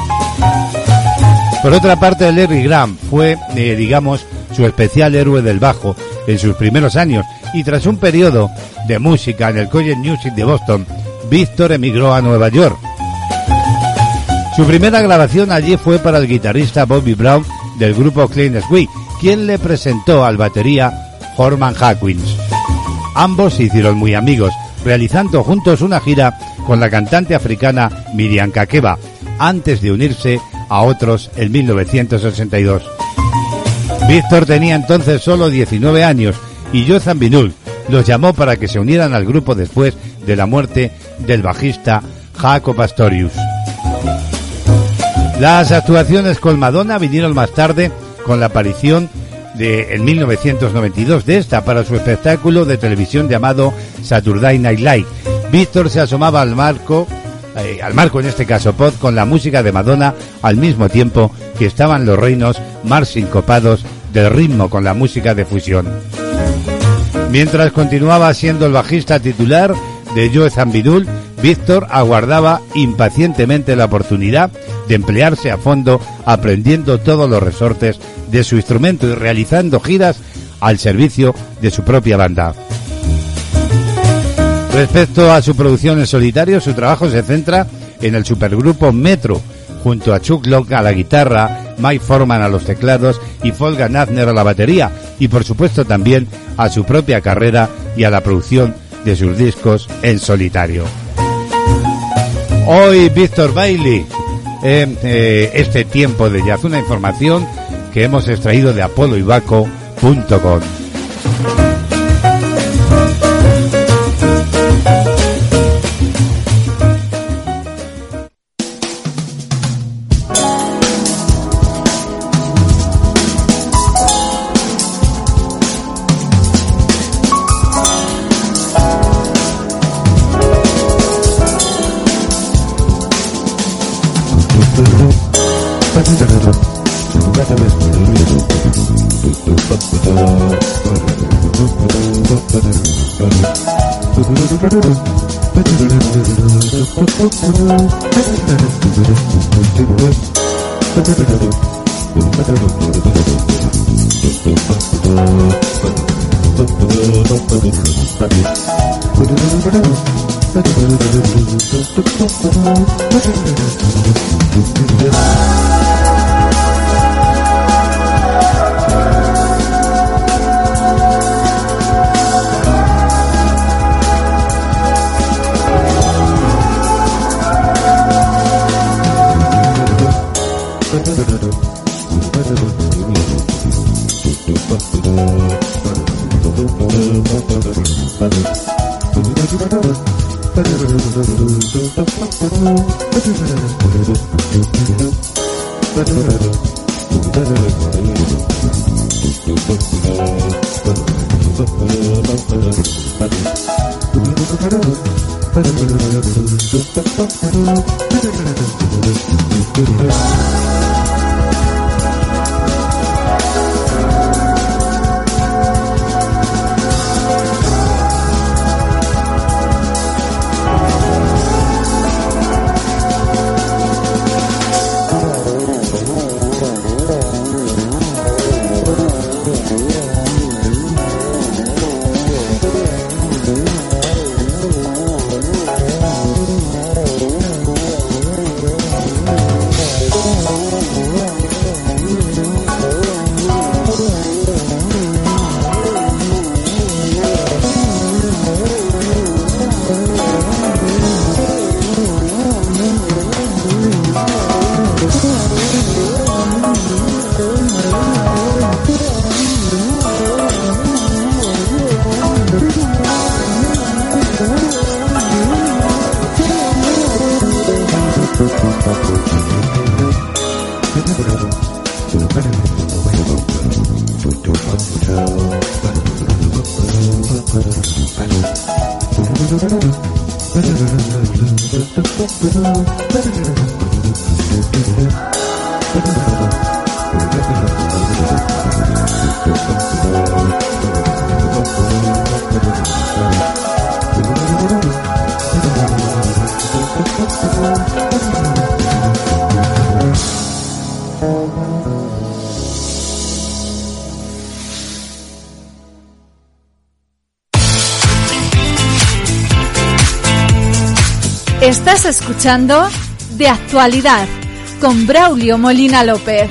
Por otra parte, Larry Graham fue, eh, digamos, su especial héroe del bajo en sus primeros años, y tras un periodo de música en el College Music de Boston, Víctor emigró a Nueva York. Su primera grabación allí fue para el guitarrista Bobby Brown del grupo Clean Sweet, quien le presentó al batería Horman Hawkins. Ambos se hicieron muy amigos, realizando juntos una gira con la cantante africana Miriam Makeba, antes de unirse a otros en mil novecientos ochenta y dos. Víctor tenía entonces solo diecinueve años y Joe Zawinul los llamó para que se unieran al grupo después de la muerte del bajista Jaco Pastorius. Las actuaciones con Madonna vinieron más tarde, con la aparición de, en mil novecientos noventa y dos de esta para su espectáculo de televisión llamado Saturday Night Live. Víctor se asomaba al marco Eh, al marco en este caso pop, con la música de Madonna, al mismo tiempo que estaban los reinos más sincopados del ritmo con la música de fusión. Mientras continuaba siendo el bajista titular de Joe Zawinul, Víctor aguardaba impacientemente la oportunidad de emplearse a fondo aprendiendo todos los resortes de su instrumento y realizando giras al servicio de su propia banda. Respecto a su producción en solitario, su trabajo se centra en el supergrupo Metro, junto a Chuck Locke a la guitarra, Mike Foreman a los teclados y Wolfgang Nadner a la batería, y por supuesto también a su propia carrera y a la producción de sus discos en solitario. Hoy Víctor Bailey, eh, eh, este tiempo de jazz, una información que hemos extraído de apolo ibaco punto com. Estás escuchando De Actualidad con Braulio Molina López.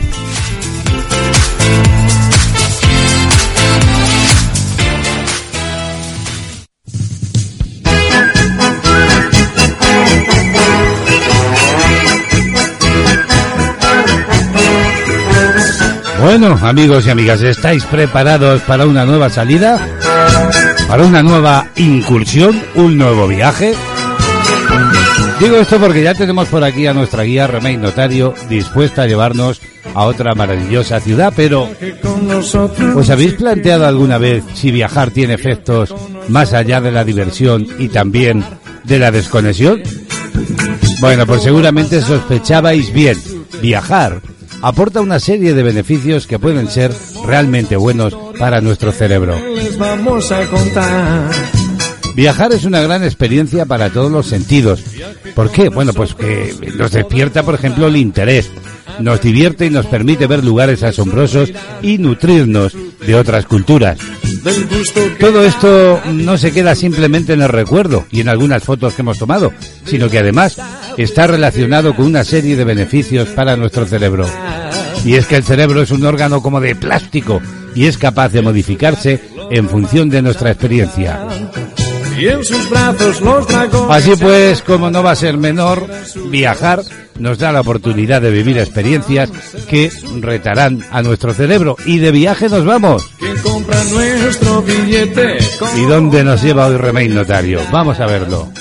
Bueno, amigos y amigas, ¿estáis preparados para una nueva salida? ¿Para una nueva incursión? ¿Un nuevo viaje? Digo esto porque ya tenemos por aquí a nuestra guía Remey Notario, dispuesta a llevarnos a otra maravillosa ciudad, pero ¿os habéis planteado alguna vez si viajar tiene efectos más allá de la diversión y también de la desconexión? Bueno, pues seguramente sospechabais bien. Viajar aporta una serie de beneficios que pueden ser realmente buenos para nuestro cerebro. Les vamos a contar. Viajar es una gran experiencia para todos los sentidos. ¿Por qué? Bueno, pues que nos despierta, por ejemplo, el interés, nos divierte y nos permite ver lugares asombrosos y nutrirnos de otras culturas. Todo esto no se queda simplemente en el recuerdo y en algunas fotos que hemos tomado, sino que además está relacionado con una serie de beneficios para nuestro cerebro. Y es que el cerebro es un órgano como de plástico y es capaz de modificarse en función de nuestra experiencia. Y en sus brazos los dragones. Así pues, como no va a ser menor, viajar nos da la oportunidad de vivir experiencias que retarán a nuestro cerebro. Y de viaje nos vamos. Que compra nuestro billete. ¿Y dónde nos lleva hoy Remey Notario? Vamos a verlo.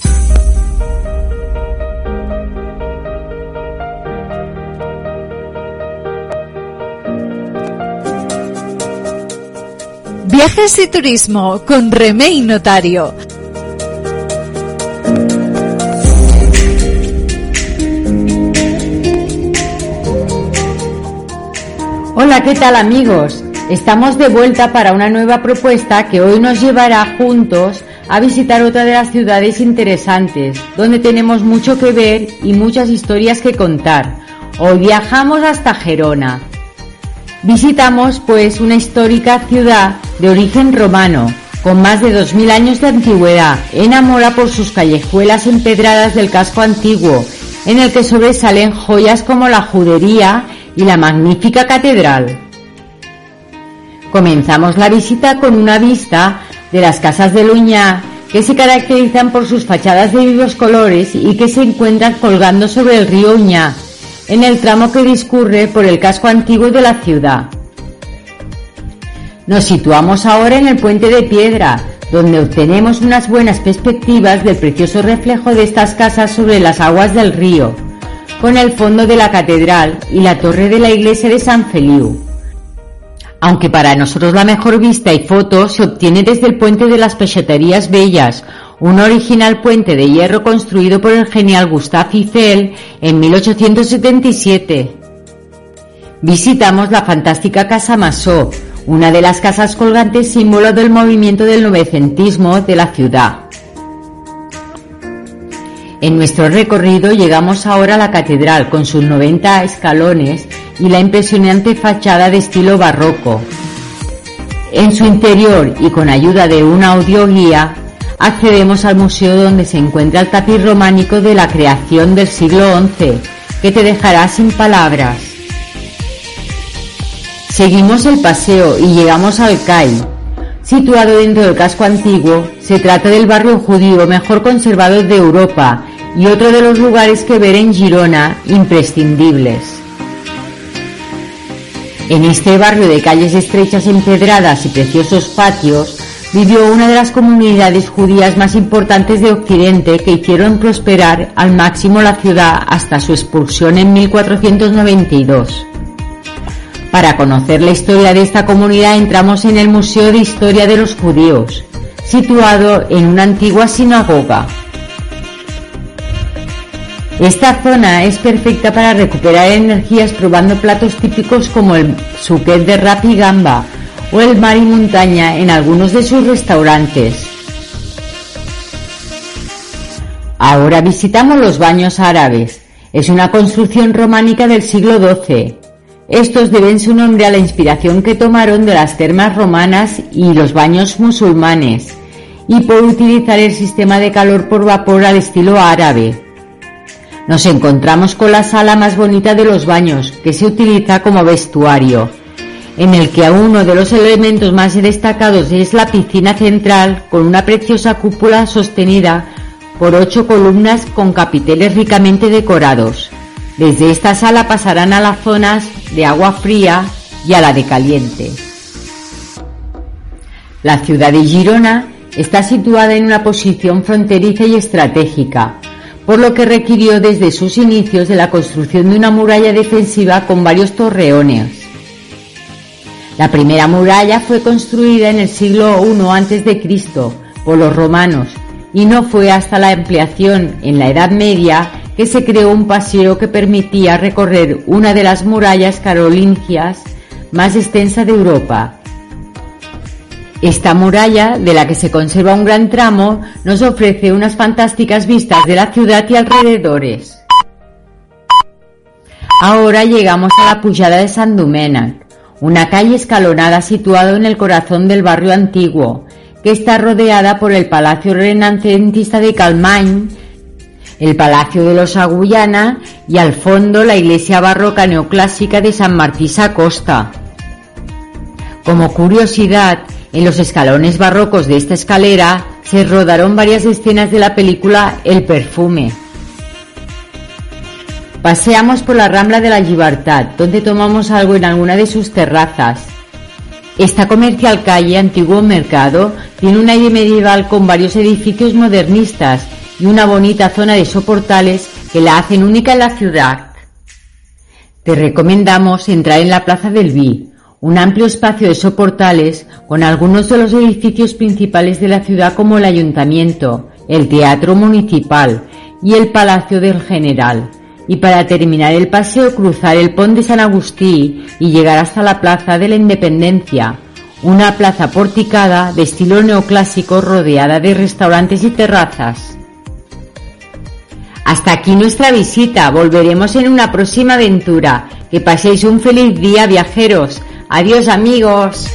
Viajes y turismo con Remey Notario. Hola, ¿qué tal amigos? Estamos de vuelta para una nueva propuesta que hoy nos llevará juntos a visitar otra de las ciudades interesantes, donde tenemos mucho que ver y muchas historias que contar. Hoy viajamos hasta Gerona. Visitamos pues una histórica ciudad de origen romano, con más de dos mil años de antigüedad. Enamora por sus callejuelas empedradas del casco antiguo, en el que sobresalen joyas como la judería y la magnífica catedral. Comenzamos la visita con una vista de las casas de Luñá, que se caracterizan por sus fachadas de vivos colores y que se encuentran colgando sobre el río Uñá, en el tramo que discurre por el casco antiguo de la ciudad. Nos situamos ahora en el Puente de Piedra, donde obtenemos unas buenas perspectivas del precioso reflejo de estas casas sobre las aguas del río, con el fondo de la catedral y la torre de la iglesia de San Feliu. Aunque para nosotros la mejor vista y foto se obtiene desde el Puente de las Peixaterías Bellas, un original puente de hierro construido por el genial Gustave Eiffel en mil ochocientos setenta y siete. Visitamos la fantástica Casa Masó, una de las casas colgantes símbolo del movimiento del novecentismo de la ciudad. En nuestro recorrido llegamos ahora a la catedral con sus noventa escalones y la impresionante fachada de estilo barroco. En su interior y con ayuda de una audioguía accedemos al museo donde se encuentra el tapiz románico de la creación del siglo once, que te dejará sin palabras. Seguimos el paseo y llegamos al C A I. Situado dentro del casco antiguo, se trata del barrio judío mejor conservado de Europa y otro de los lugares que ver en Girona imprescindibles. En este barrio de calles estrechas empedradas y preciosos patios, vivió una de las comunidades judías más importantes de Occidente que hicieron prosperar al máximo la ciudad hasta su expulsión en mil cuatrocientos noventa y dos. Para conocer la historia de esta comunidad entramos en el Museo de Historia de los Judíos, situado en una antigua sinagoga. Esta zona es perfecta para recuperar energías probando platos típicos como el suquet de rap y gamba o el mar y montaña en algunos de sus restaurantes. Ahora visitamos los baños árabes. Es una construcción románica del siglo doce. Estos deben su nombre a la inspiración que tomaron de las termas romanas y los baños musulmanes, y por utilizar el sistema de calor por vapor al estilo árabe. Nos encontramos con la sala más bonita de los baños, que se utiliza como vestuario, en el que uno de los elementos más destacados es la piscina central, con una preciosa cúpula sostenida por ocho columnas con capiteles ricamente decorados. Desde esta sala pasarán a las zonas de agua fría y a la de caliente. La ciudad de Girona está situada en una posición fronteriza y estratégica, por lo que requirió desde sus inicios de la construcción de una muralla defensiva con varios torreones. La primera muralla fue construida en el siglo primero antes de Cristo por los romanos y no fue hasta la ampliación en la Edad Media que se creó un paseo que permitía recorrer una de las murallas carolingias más extensa de Europa. Esta muralla, de la que se conserva un gran tramo, nos ofrece unas fantásticas vistas de la ciudad y alrededores. Ahora llegamos a la Pujada de Sant Domènec, una calle escalonada situada en el corazón del barrio antiguo, que está rodeada por el Palacio Renacentista de Calmany, el Palacio de los Agullana y al fondo la iglesia barroca neoclásica de Sant Martí Sacosta. Como curiosidad, en los escalones barrocos de esta escalera se rodaron varias escenas de la película El perfume. Paseamos por la Rambla de la Llibertat, donde tomamos algo en alguna de sus terrazas. Esta comercial calle, antiguo mercado, tiene un aire medieval con varios edificios modernistas y una bonita zona de soportales que la hacen única en la ciudad. Te recomendamos entrar en la Plaza del Vi, un amplio espacio de soportales con algunos de los edificios principales de la ciudad como el Ayuntamiento, el Teatro Municipal y el Palacio del General, y para terminar el paseo cruzar el Pont de San Agustí y llegar hasta la Plaza de la Independencia, una plaza porticada de estilo neoclásico rodeada de restaurantes y terrazas. Hasta aquí nuestra visita, volveremos en una próxima aventura. Que paséis un feliz día, viajeros. Adiós, amigos.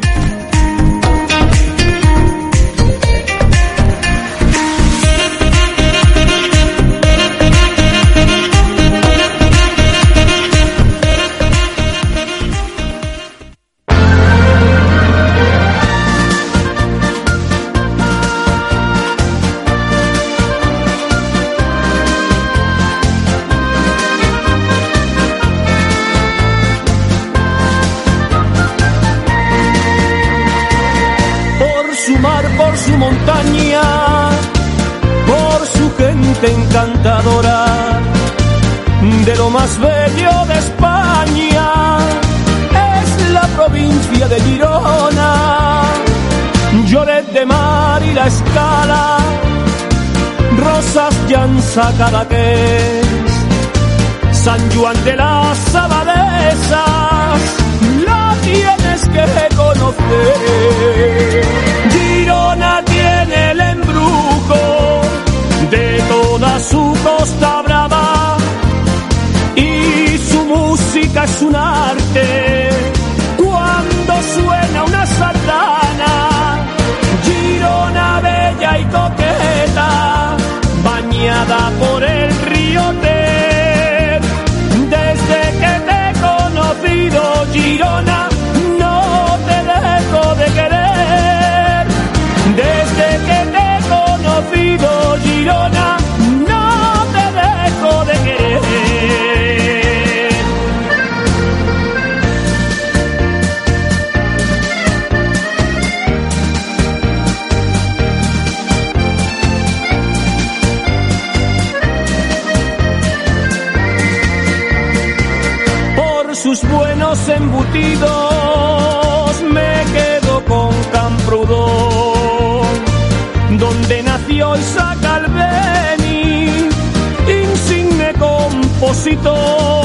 Encantadora de lo más bello de España es la provincia de Girona, Lloret de Mar y la Escala, Rosas, Llança, Cadaqués, San Juan de las Abadesas, la tienes que conocer. Girona tiene el embrujo de toda su Costa Brava y su música es un arte. Cuando suena una sardana, Girona bella y coqueta, bañada por el río Ter. Desde que te he conocido, Girona, no te dejo de querer. Desde que te he conocido, Girona, no te dejo de querer. Por sus buenos embutidos me quedo con Camprodon, donde nació Isaac Albéniz, insigne compositor.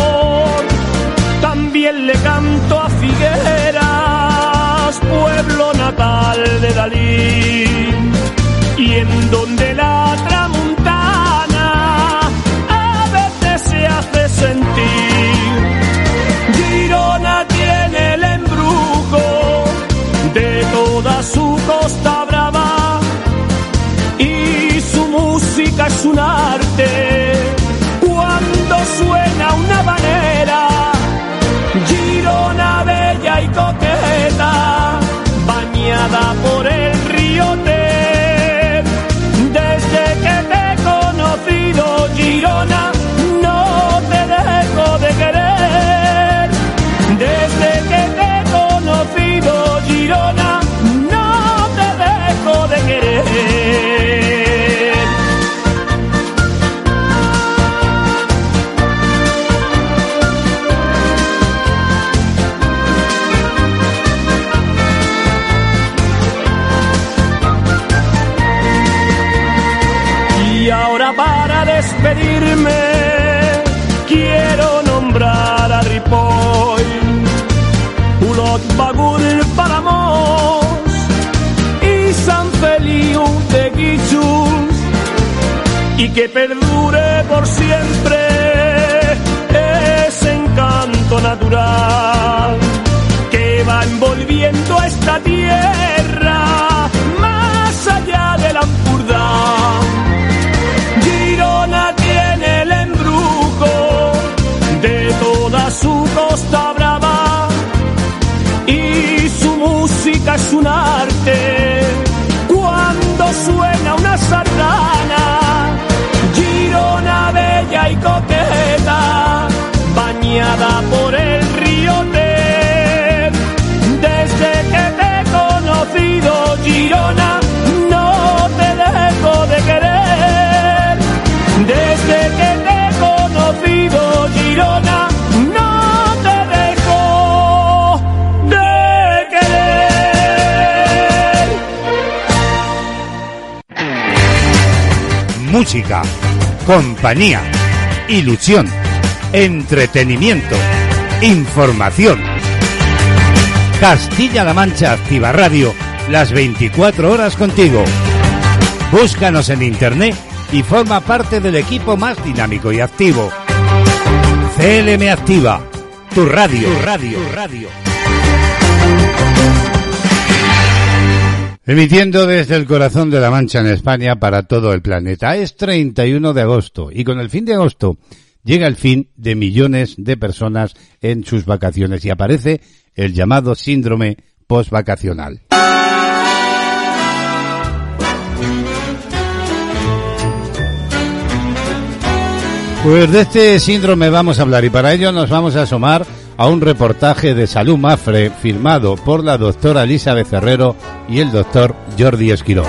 También le canto a Figueras, pueblo natal de Dalí, y en donde la tramuntana a veces se hace sentir. Girona tiene el embrujo de toda su Costa Brava y su música es un arte. Cuando suena una habanera, Girona bella y coqueta, bañada por el río Ter. Desde que te he conocido, Girona, no te dejo de querer. Desde que te he conocido, Girona, no te dejo de querer. Y ahora para despedirme quiero nombrar a Ripoll, Olot, Begur, Palamós y San Feliu de Guíxols, y que perdure por siempre ese encanto natural que va envolviendo esta tierra más allá del Ampurdá. Girona tiene el embrujo de toda su Costa Brava y su música es un arte. Cuando suena una sardana, Girona bella y coqueta, bañada por el río Ter. Desde que te he conocido, Girona, no te dejo de querer. Desde que te he conocido, Girona, no te dejo de querer. Música, compañía, ilusión. entretenimiento, información. Castilla-La Mancha Activa Radio, las veinticuatro horas contigo. Búscanos en internet y forma parte del equipo más dinámico y activo. C L M Activa, tu radio, tu radio, tu radio. Emitiendo desde el corazón de La Mancha en España para todo el planeta. Es treinta y uno de agosto y con el fin de agosto llega el fin de millones de personas en sus vacaciones y aparece el llamado síndrome postvacacional. Pues de este síndrome vamos a hablar y para ello nos vamos a asomar a un reportaje de Salud Mafre firmado por la doctora Elizabeth Herrero y el doctor Jordi Esquirol.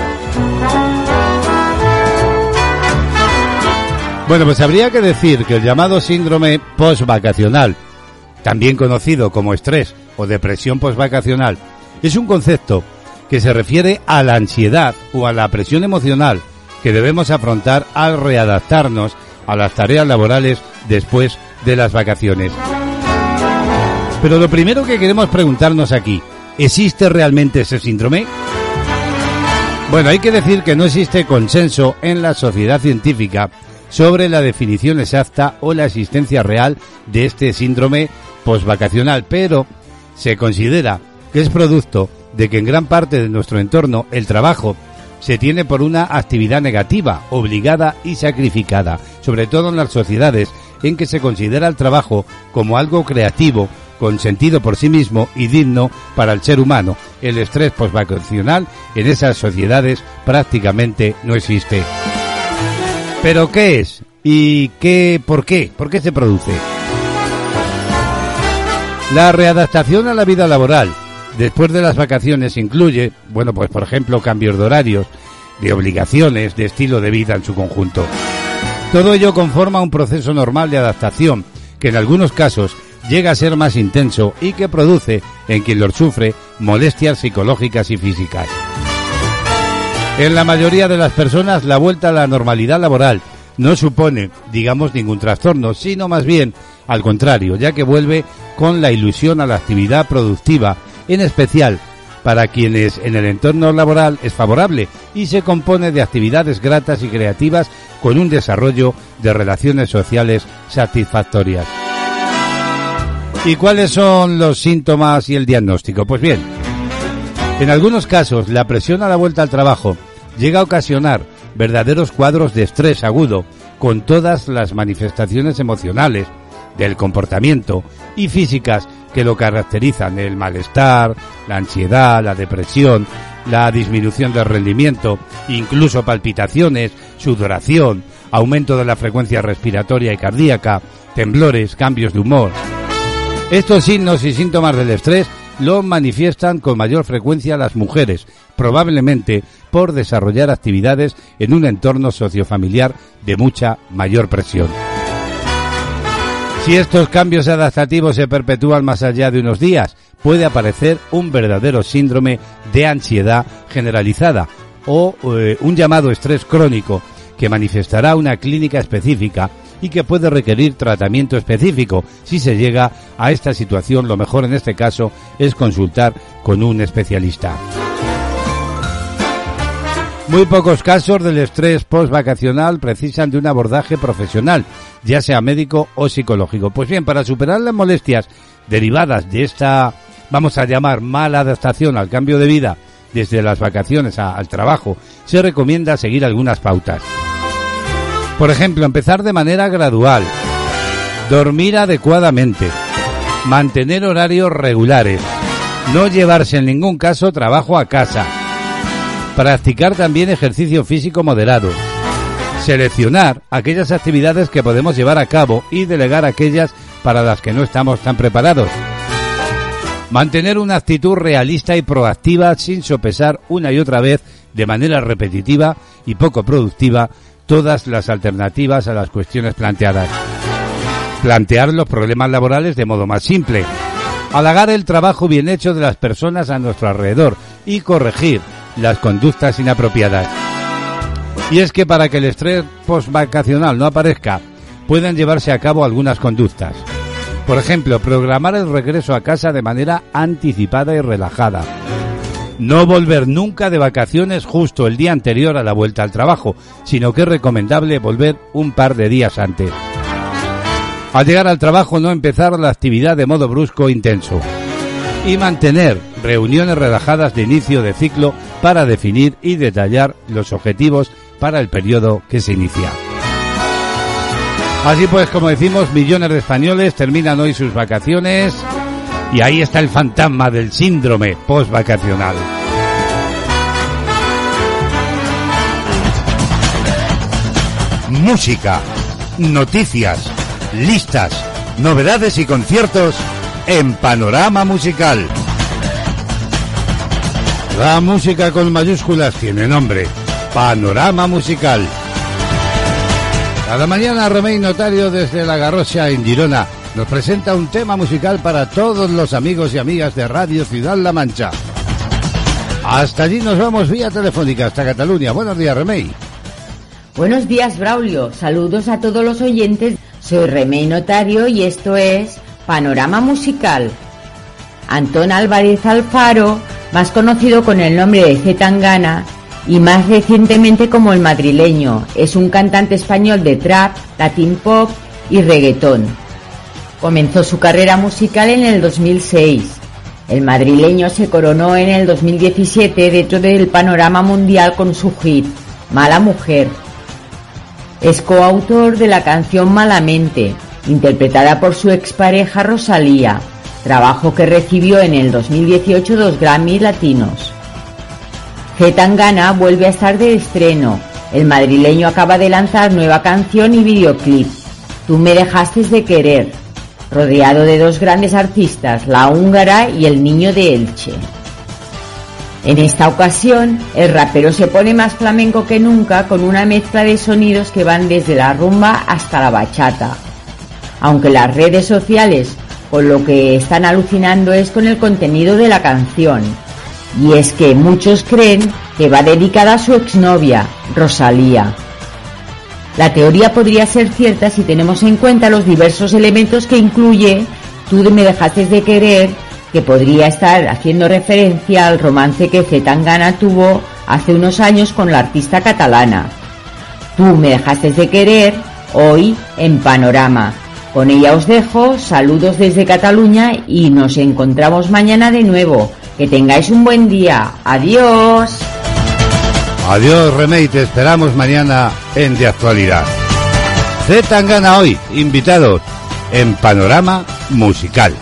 Bueno, pues habría que decir que el llamado síndrome postvacacional, también conocido como estrés o depresión postvacacional, es un concepto que se refiere a la ansiedad o a la presión emocional que debemos afrontar al readaptarnos a las tareas laborales después de las vacaciones. Pero lo primero que queremos preguntarnos aquí, ¿existe realmente ese síndrome? Bueno, hay que decir que no existe consenso en la sociedad científica sobre la definición exacta o la existencia real de este síndrome postvacacional, pero se considera que es producto de que en gran parte de nuestro entorno el trabajo se tiene por una actividad negativa, obligada y sacrificada, sobre todo en las sociedades en que se considera el trabajo como algo creativo, con sentido por sí mismo y digno para el ser humano. El estrés postvacacional en esas sociedades prácticamente no existe. ¿Pero qué es? ¿Y qué, por qué? ¿Por qué se produce? La readaptación a la vida laboral después de las vacaciones incluye, bueno, pues por ejemplo, cambios de horarios, de obligaciones, de estilo de vida en su conjunto. Todo ello conforma un proceso normal de adaptación que en algunos casos llega a ser más intenso y que produce en quien lo sufre molestias psicológicas y físicas. En la mayoría de las personas la vuelta a la normalidad laboral no supone, digamos, ningún trastorno, sino más bien al contrario, ya que vuelve con la ilusión a la actividad productiva, en especial para quienes en el entorno laboral es favorable y se compone de actividades gratas y creativas con un desarrollo de relaciones sociales satisfactorias. ¿Y cuáles son los síntomas y el diagnóstico? Pues bien, en algunos casos la presión a la vuelta al trabajo llega a ocasionar verdaderos cuadros de estrés agudo con todas las manifestaciones emocionales, del comportamiento y físicas que lo caracterizan: el malestar, la ansiedad, la depresión, la disminución del rendimiento, incluso palpitaciones, sudoración, aumento de la frecuencia respiratoria y cardíaca, temblores, cambios de humor. Estos signos y síntomas del estrés lo manifiestan con mayor frecuencia las mujeres, probablemente por desarrollar actividades en un entorno sociofamiliar de mucha mayor presión. Si estos cambios adaptativos se perpetúan más allá de unos días, puede aparecer un verdadero síndrome de ansiedad generalizada o eh, un llamado estrés crónico que manifestará una clínica específica y que puede requerir tratamiento específico. Si se llega a esta situación, lo mejor en este caso es consultar con un especialista. Muy pocos casos del estrés postvacacional precisan de un abordaje profesional, ya sea médico o psicológico. Pues bien, para superar las molestias derivadas de esta, vamos a llamar, mala adaptación al cambio de vida desde las vacaciones a, al trabajo, se recomienda seguir algunas pautas. Por ejemplo, empezar de manera gradual, dormir adecuadamente, mantener horarios regulares, no llevarse en ningún caso trabajo a casa, practicar también ejercicio físico moderado, seleccionar aquellas actividades que podemos llevar a cabo y delegar aquellas para las que no estamos tan preparados, mantener una actitud realista y proactiva sin sopesar una y otra vez de manera repetitiva y poco productiva todas las alternativas a las cuestiones planteadas, plantear los problemas laborales de modo más simple, halagar el trabajo bien hecho de las personas a nuestro alrededor y corregir las conductas inapropiadas. Y es que para que el estrés postvacacional no aparezca, pueden llevarse a cabo algunas conductas. Por ejemplo, programar el regreso a casa de manera anticipada y relajada. No volver nunca de vacaciones justo el día anterior a la vuelta al trabajo, sino que es recomendable volver un par de días antes. Al llegar al trabajo, no empezar la actividad de modo brusco e intenso. Y mantener reuniones relajadas de inicio de ciclo para definir y detallar los objetivos para el periodo que se inicia. Así pues, como decimos, millones de españoles terminan hoy sus vacaciones y ahí está el fantasma del síndrome postvacacional. Música, noticias, listas, novedades y conciertos en Panorama Musical. La música con mayúsculas tiene nombre, Panorama Musical. Cada mañana Remei Notario desde La Garrocha en Girona nos presenta un tema musical para todos los amigos y amigas de Radio Ciudad-La Mancha. Hasta allí nos vamos vía telefónica hasta Cataluña. Buenos días, Remei. Buenos días, Braulio. Saludos a todos los oyentes. Soy Remei Notario y esto es Panorama Musical. Antón Álvarez Alfaro, más conocido con el nombre de C. Tangana y más recientemente como El Madrileño, es un cantante español de trap, latin pop y reggaetón. Comenzó su carrera musical en el dos mil seis. El Madrileño se coronó en el dos mil diecisiete dentro del panorama mundial con su hit Mala Mujer. Es coautor de la canción Malamente, interpretada por su expareja Rosalía, trabajo que recibió en el dos mil dieciocho dos Grammy Latinos. C. Tangana vuelve a estar de estreno. El Madrileño acaba de lanzar nueva canción y videoclip, Tú me dejaste de querer, rodeado de dos grandes artistas, La Húngara y el Niño de Elche. En esta ocasión, el rapero se pone más flamenco que nunca con una mezcla de sonidos que van desde la rumba hasta la bachata. Aunque las redes sociales con lo que están alucinando es con el contenido de la canción. Y es que muchos creen que va dedicada a su exnovia, Rosalía. La teoría podría ser cierta si tenemos en cuenta los diversos elementos que incluye Tú me dejaste de querer, que podría estar haciendo referencia al romance que C. Tangana tuvo hace unos años con la artista catalana. Tú me dejaste de querer, hoy en Panorama. Con ella os dejo, saludos desde Cataluña y nos encontramos mañana de nuevo. Que tengáis un buen día. Adiós. Adiós, Remei, te esperamos mañana en De Actualidad. C. Tangana hoy, invitados en Panorama Musical.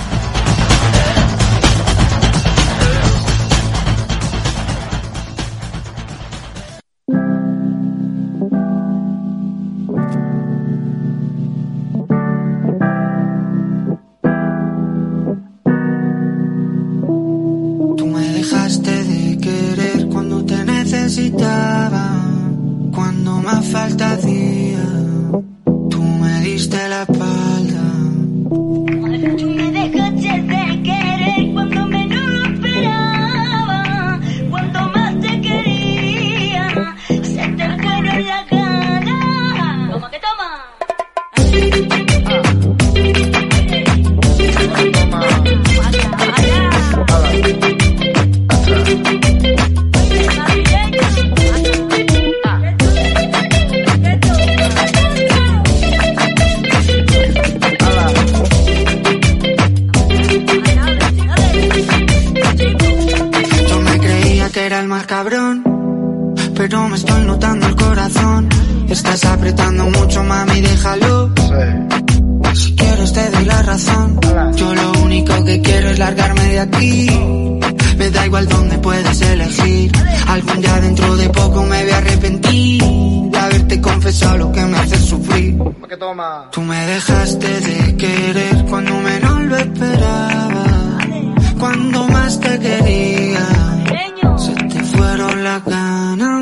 Tú me dejaste de querer cuando menos lo esperaba, cuando más te quería, se te fueron las ganas.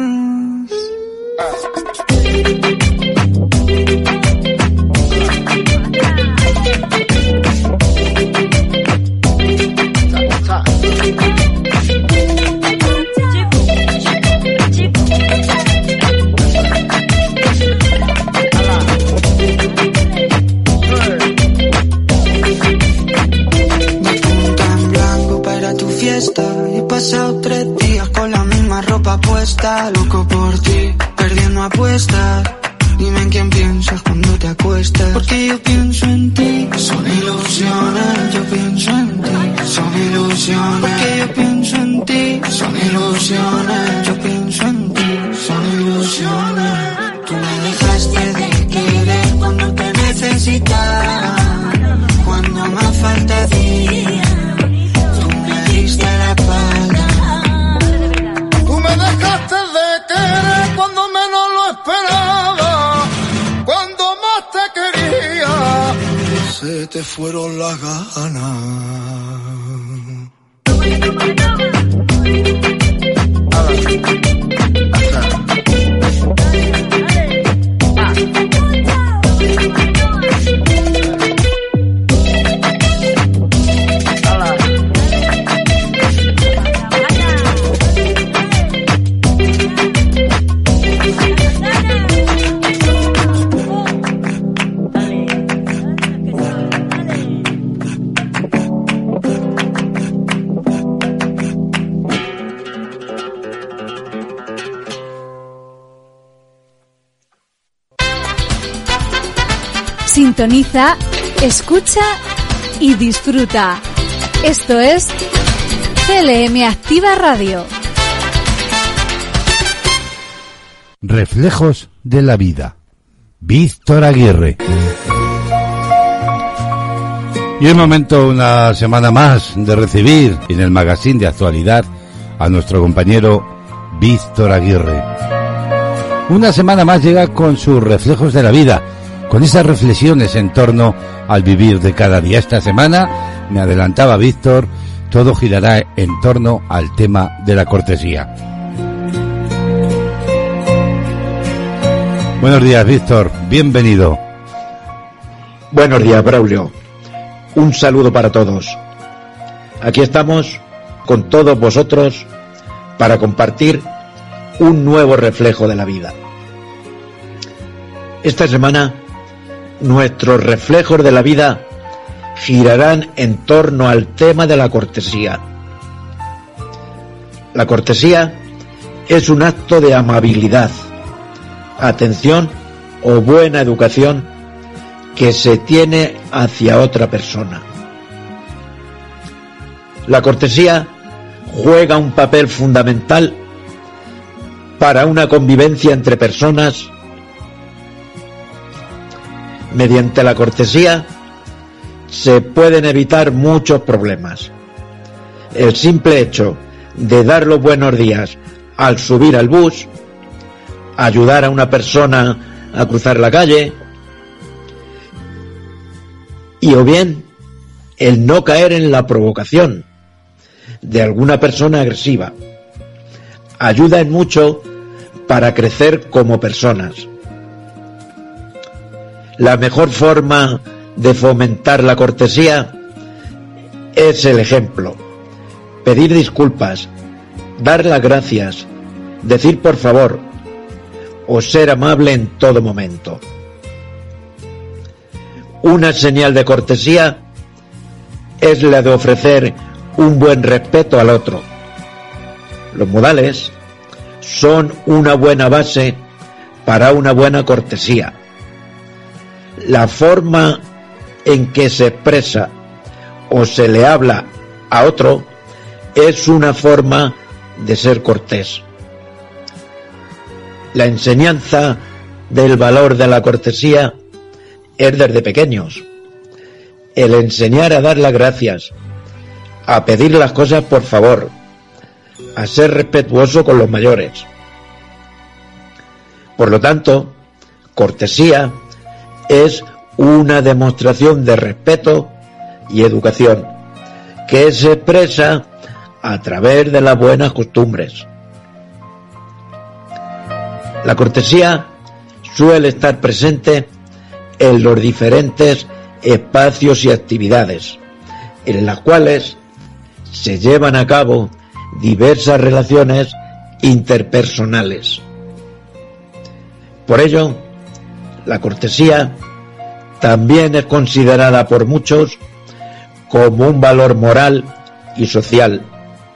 fiesta. He pasado tres días con la misma ropa puesta. Loco por ti, perdiendo apuestas. Dime en quién piensas cuando te acuestas. Porque yo pienso en ti. Son ilusiones, yo pienso en ti. Son ilusiones. Porque yo pienso en ti. Son ilusiones, yo pienso en ti. Son ilusiones. Tú me dejaste de querer cuando te necesitaba. Cuando más falta hacía, tú me diste la espalda. Tú me dejaste de querer cuando menos lo esperaba. Cuando más te quería, se te fueron las ganas. Sintoniza, escucha y disfruta. Esto es C L M Activa Radio. Reflejos de la vida. Víctor Aguirre. Y es momento, una semana más, de recibir en el magazine de actualidad a nuestro compañero Víctor Aguirre. Una semana más llega con sus reflejos de la vida, con esas reflexiones en torno al vivir de cada día. Esta semana, me adelantaba Víctor, todo girará en torno al tema de la cortesía. Buenos días, Víctor, bienvenido. Buenos días, Braulio. Un saludo para todos. Aquí estamos con todos vosotros para compartir un nuevo reflejo de la vida. Esta semana, nuestros reflejos de la vida girarán en torno al tema de la cortesía. La cortesía es un acto de amabilidad, atención o buena educación que se tiene hacia otra persona. La cortesía juega un papel fundamental para una convivencia entre personas. Mediante la cortesía se pueden evitar muchos problemas. El simple hecho de dar los buenos días al subir al bus, ayudar a una persona a cruzar la calle, y o bien el no caer en la provocación de alguna persona agresiva, ayuda en mucho para crecer como personas. La mejor forma de fomentar la cortesía es el ejemplo. Pedir disculpas, dar las gracias, decir por favor o ser amable en todo momento. Una señal de cortesía es la de ofrecer un buen respeto al otro. Los modales son una buena base para una buena cortesía. La forma en que se expresa o se le habla a otro es una forma de ser cortés. La enseñanza del valor de la cortesía es desde pequeños. El enseñar a dar las gracias, a pedir las cosas por favor, a ser respetuoso con los mayores. Por lo tanto, cortesía es una demostración de respeto y educación que se expresa a través de las buenas costumbres. La cortesía suele estar presente en los diferentes espacios y actividades en las cuales se llevan a cabo diversas relaciones interpersonales. Por ello, la cortesía también es considerada por muchos como un valor moral y social,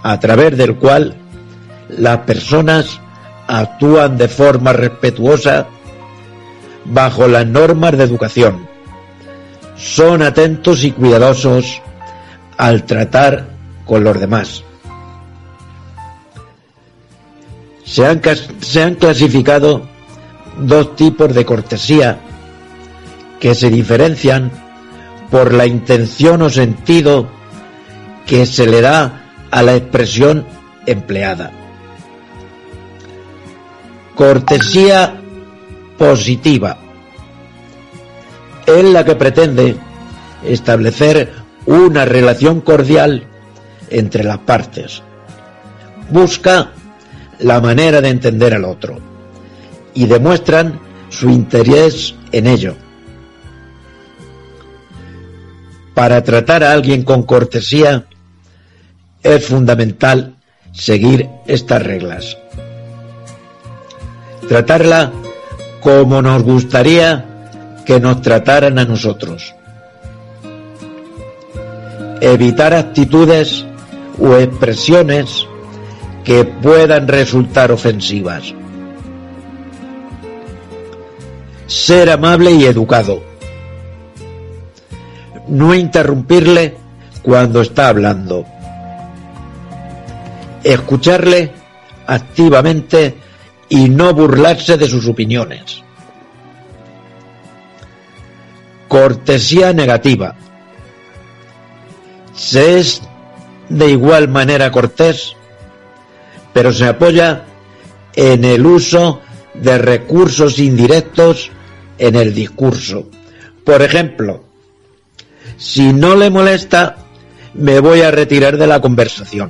a través del cual las personas actúan de forma respetuosa bajo las normas de educación. Son atentos y cuidadosos al tratar con los demás. Se han, se han clasificado dos tipos de cortesía que se diferencian por la intención o sentido que se le da a la expresión empleada. Cortesía positiva es la que pretende establecer una relación cordial entre las partes. Busca la manera de entender al otro y demuestran su interés en ello. Para tratar a alguien con cortesía es fundamental seguir estas reglas. Tratarla como nos gustaría que nos trataran a nosotros. Evitar actitudes o expresiones que puedan resultar ofensivas. Ser amable y educado. No interrumpirle cuando está hablando. Escucharle activamente y no burlarse de sus opiniones. Cortesía negativa. Se es de igual manera cortés, pero se apoya en el uso de recursos indirectos en el discurso. Por ejemplo, si no le molesta, me voy a retirar de la conversación.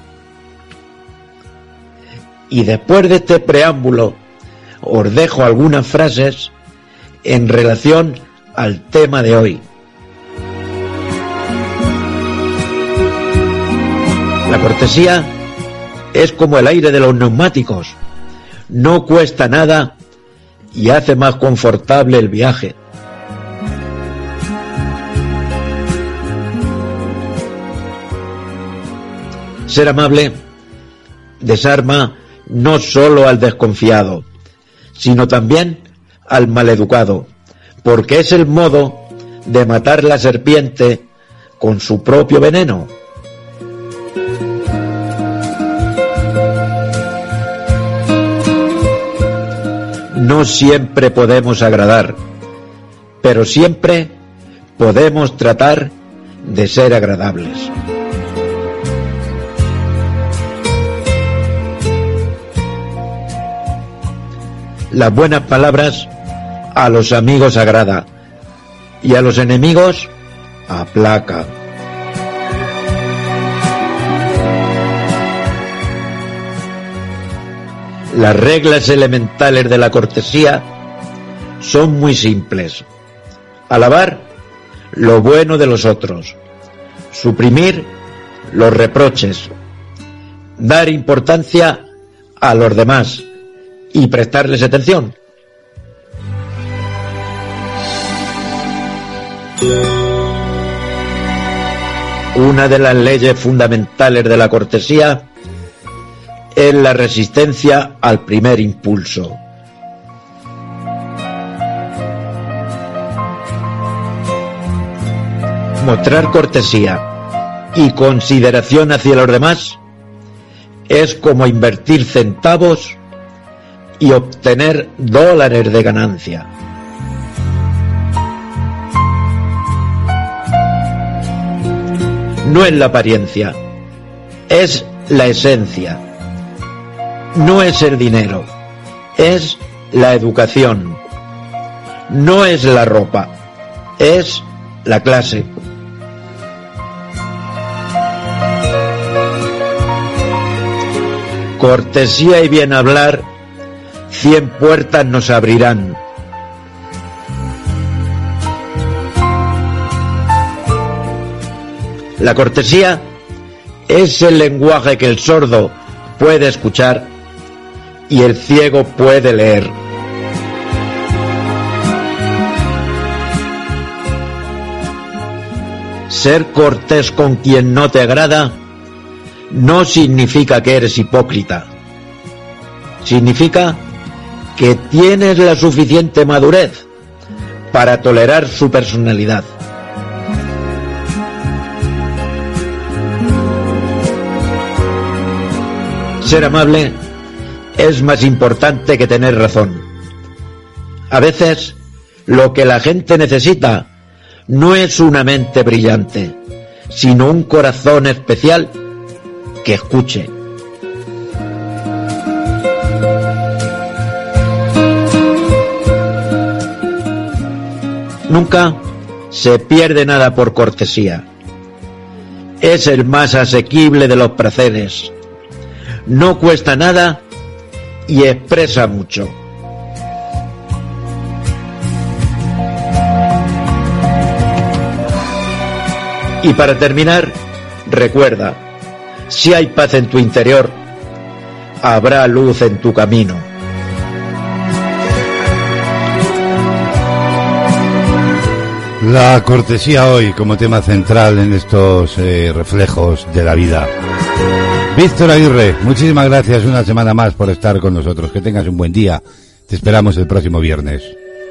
Y después de este preámbulo, os dejo algunas frases en relación al tema de hoy. La cortesía es como el aire de los neumáticos. No cuesta nada y hace más confortable el viaje. Ser amable desarma no solo al desconfiado, sino también al maleducado, porque es el modo de matar la serpiente con su propio veneno. No siempre podemos agradar, pero siempre podemos tratar de ser agradables. Las buenas palabras a los amigos agrada y a los enemigos aplaca. Las reglas elementales de la cortesía son muy simples. Alabar lo bueno de los otros, suprimir los reproches, dar importancia a los demás y prestarles atención. Una de las leyes fundamentales de la cortesía es la resistencia al primer impulso. Mostrar cortesía y consideración hacia los demás es como invertir centavos y obtener dólares de ganancia. No es la apariencia, es la esencia. No es el dinero, es la educación. No es la ropa, es la clase. Cortesía y bien hablar, cien puertas nos abrirán. La cortesía es el lenguaje que el sordo puede escuchar y el ciego puede leer. Ser cortés con quien no te agrada no significa que eres hipócrita. Significa que tienes la suficiente madurez para tolerar su personalidad. Ser amable es más importante que tener razón. A veces, lo que la gente necesita no es una mente brillante, sino un corazón especial que escuche. Nunca se pierde nada por cortesía. Es el más asequible de los placeres. No cuesta nada y expresa mucho. Y para terminar, recuerda, si hay paz en tu interior, habrá luz en tu camino. La cortesía hoy como tema central en estos eh, reflejos de la vida. Víctor Aguirre, muchísimas gracias una semana más por estar con nosotros. Que tengas un buen día. Te esperamos el próximo viernes.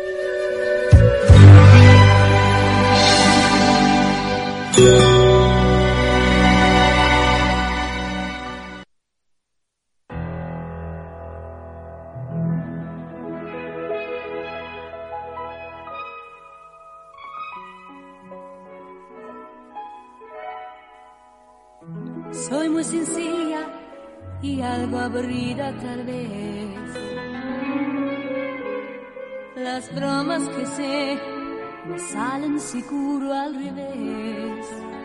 Soy muy sencilla y algo aburrida tal vez. Las bromas que sé me salen seguro al revés.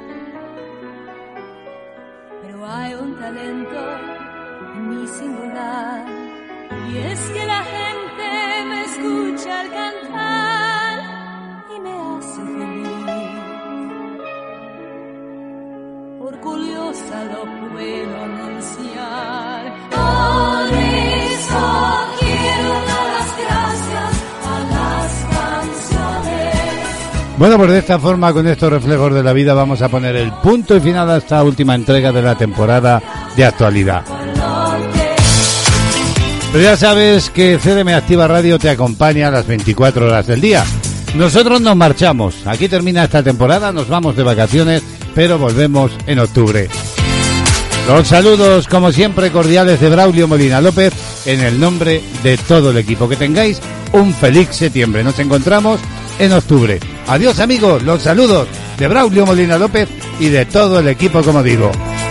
Pero hay un talento en mi singular, y es que la gente me escucha al cantar y me hace feliz. Orgullosa lo puedo anunciar. Por eso quiero dar las gracias a las canciones. Bueno, pues de esta forma, con estos reflejos de la vida, vamos a poner el punto y final a esta última entrega de la temporada de actualidad. Pero ya sabes que C D M Activa Radio te acompaña a las veinticuatro horas del día. Nosotros nos marchamos. Aquí termina esta temporada, nos vamos de vacaciones, pero volvemos en octubre. Los saludos, como siempre, cordiales de Braulio Molina López, en el nombre de todo el equipo. Que tengáis un feliz septiembre. Nos encontramos en octubre. Adiós, amigos. Los saludos de Braulio Molina López y de todo el equipo, como digo.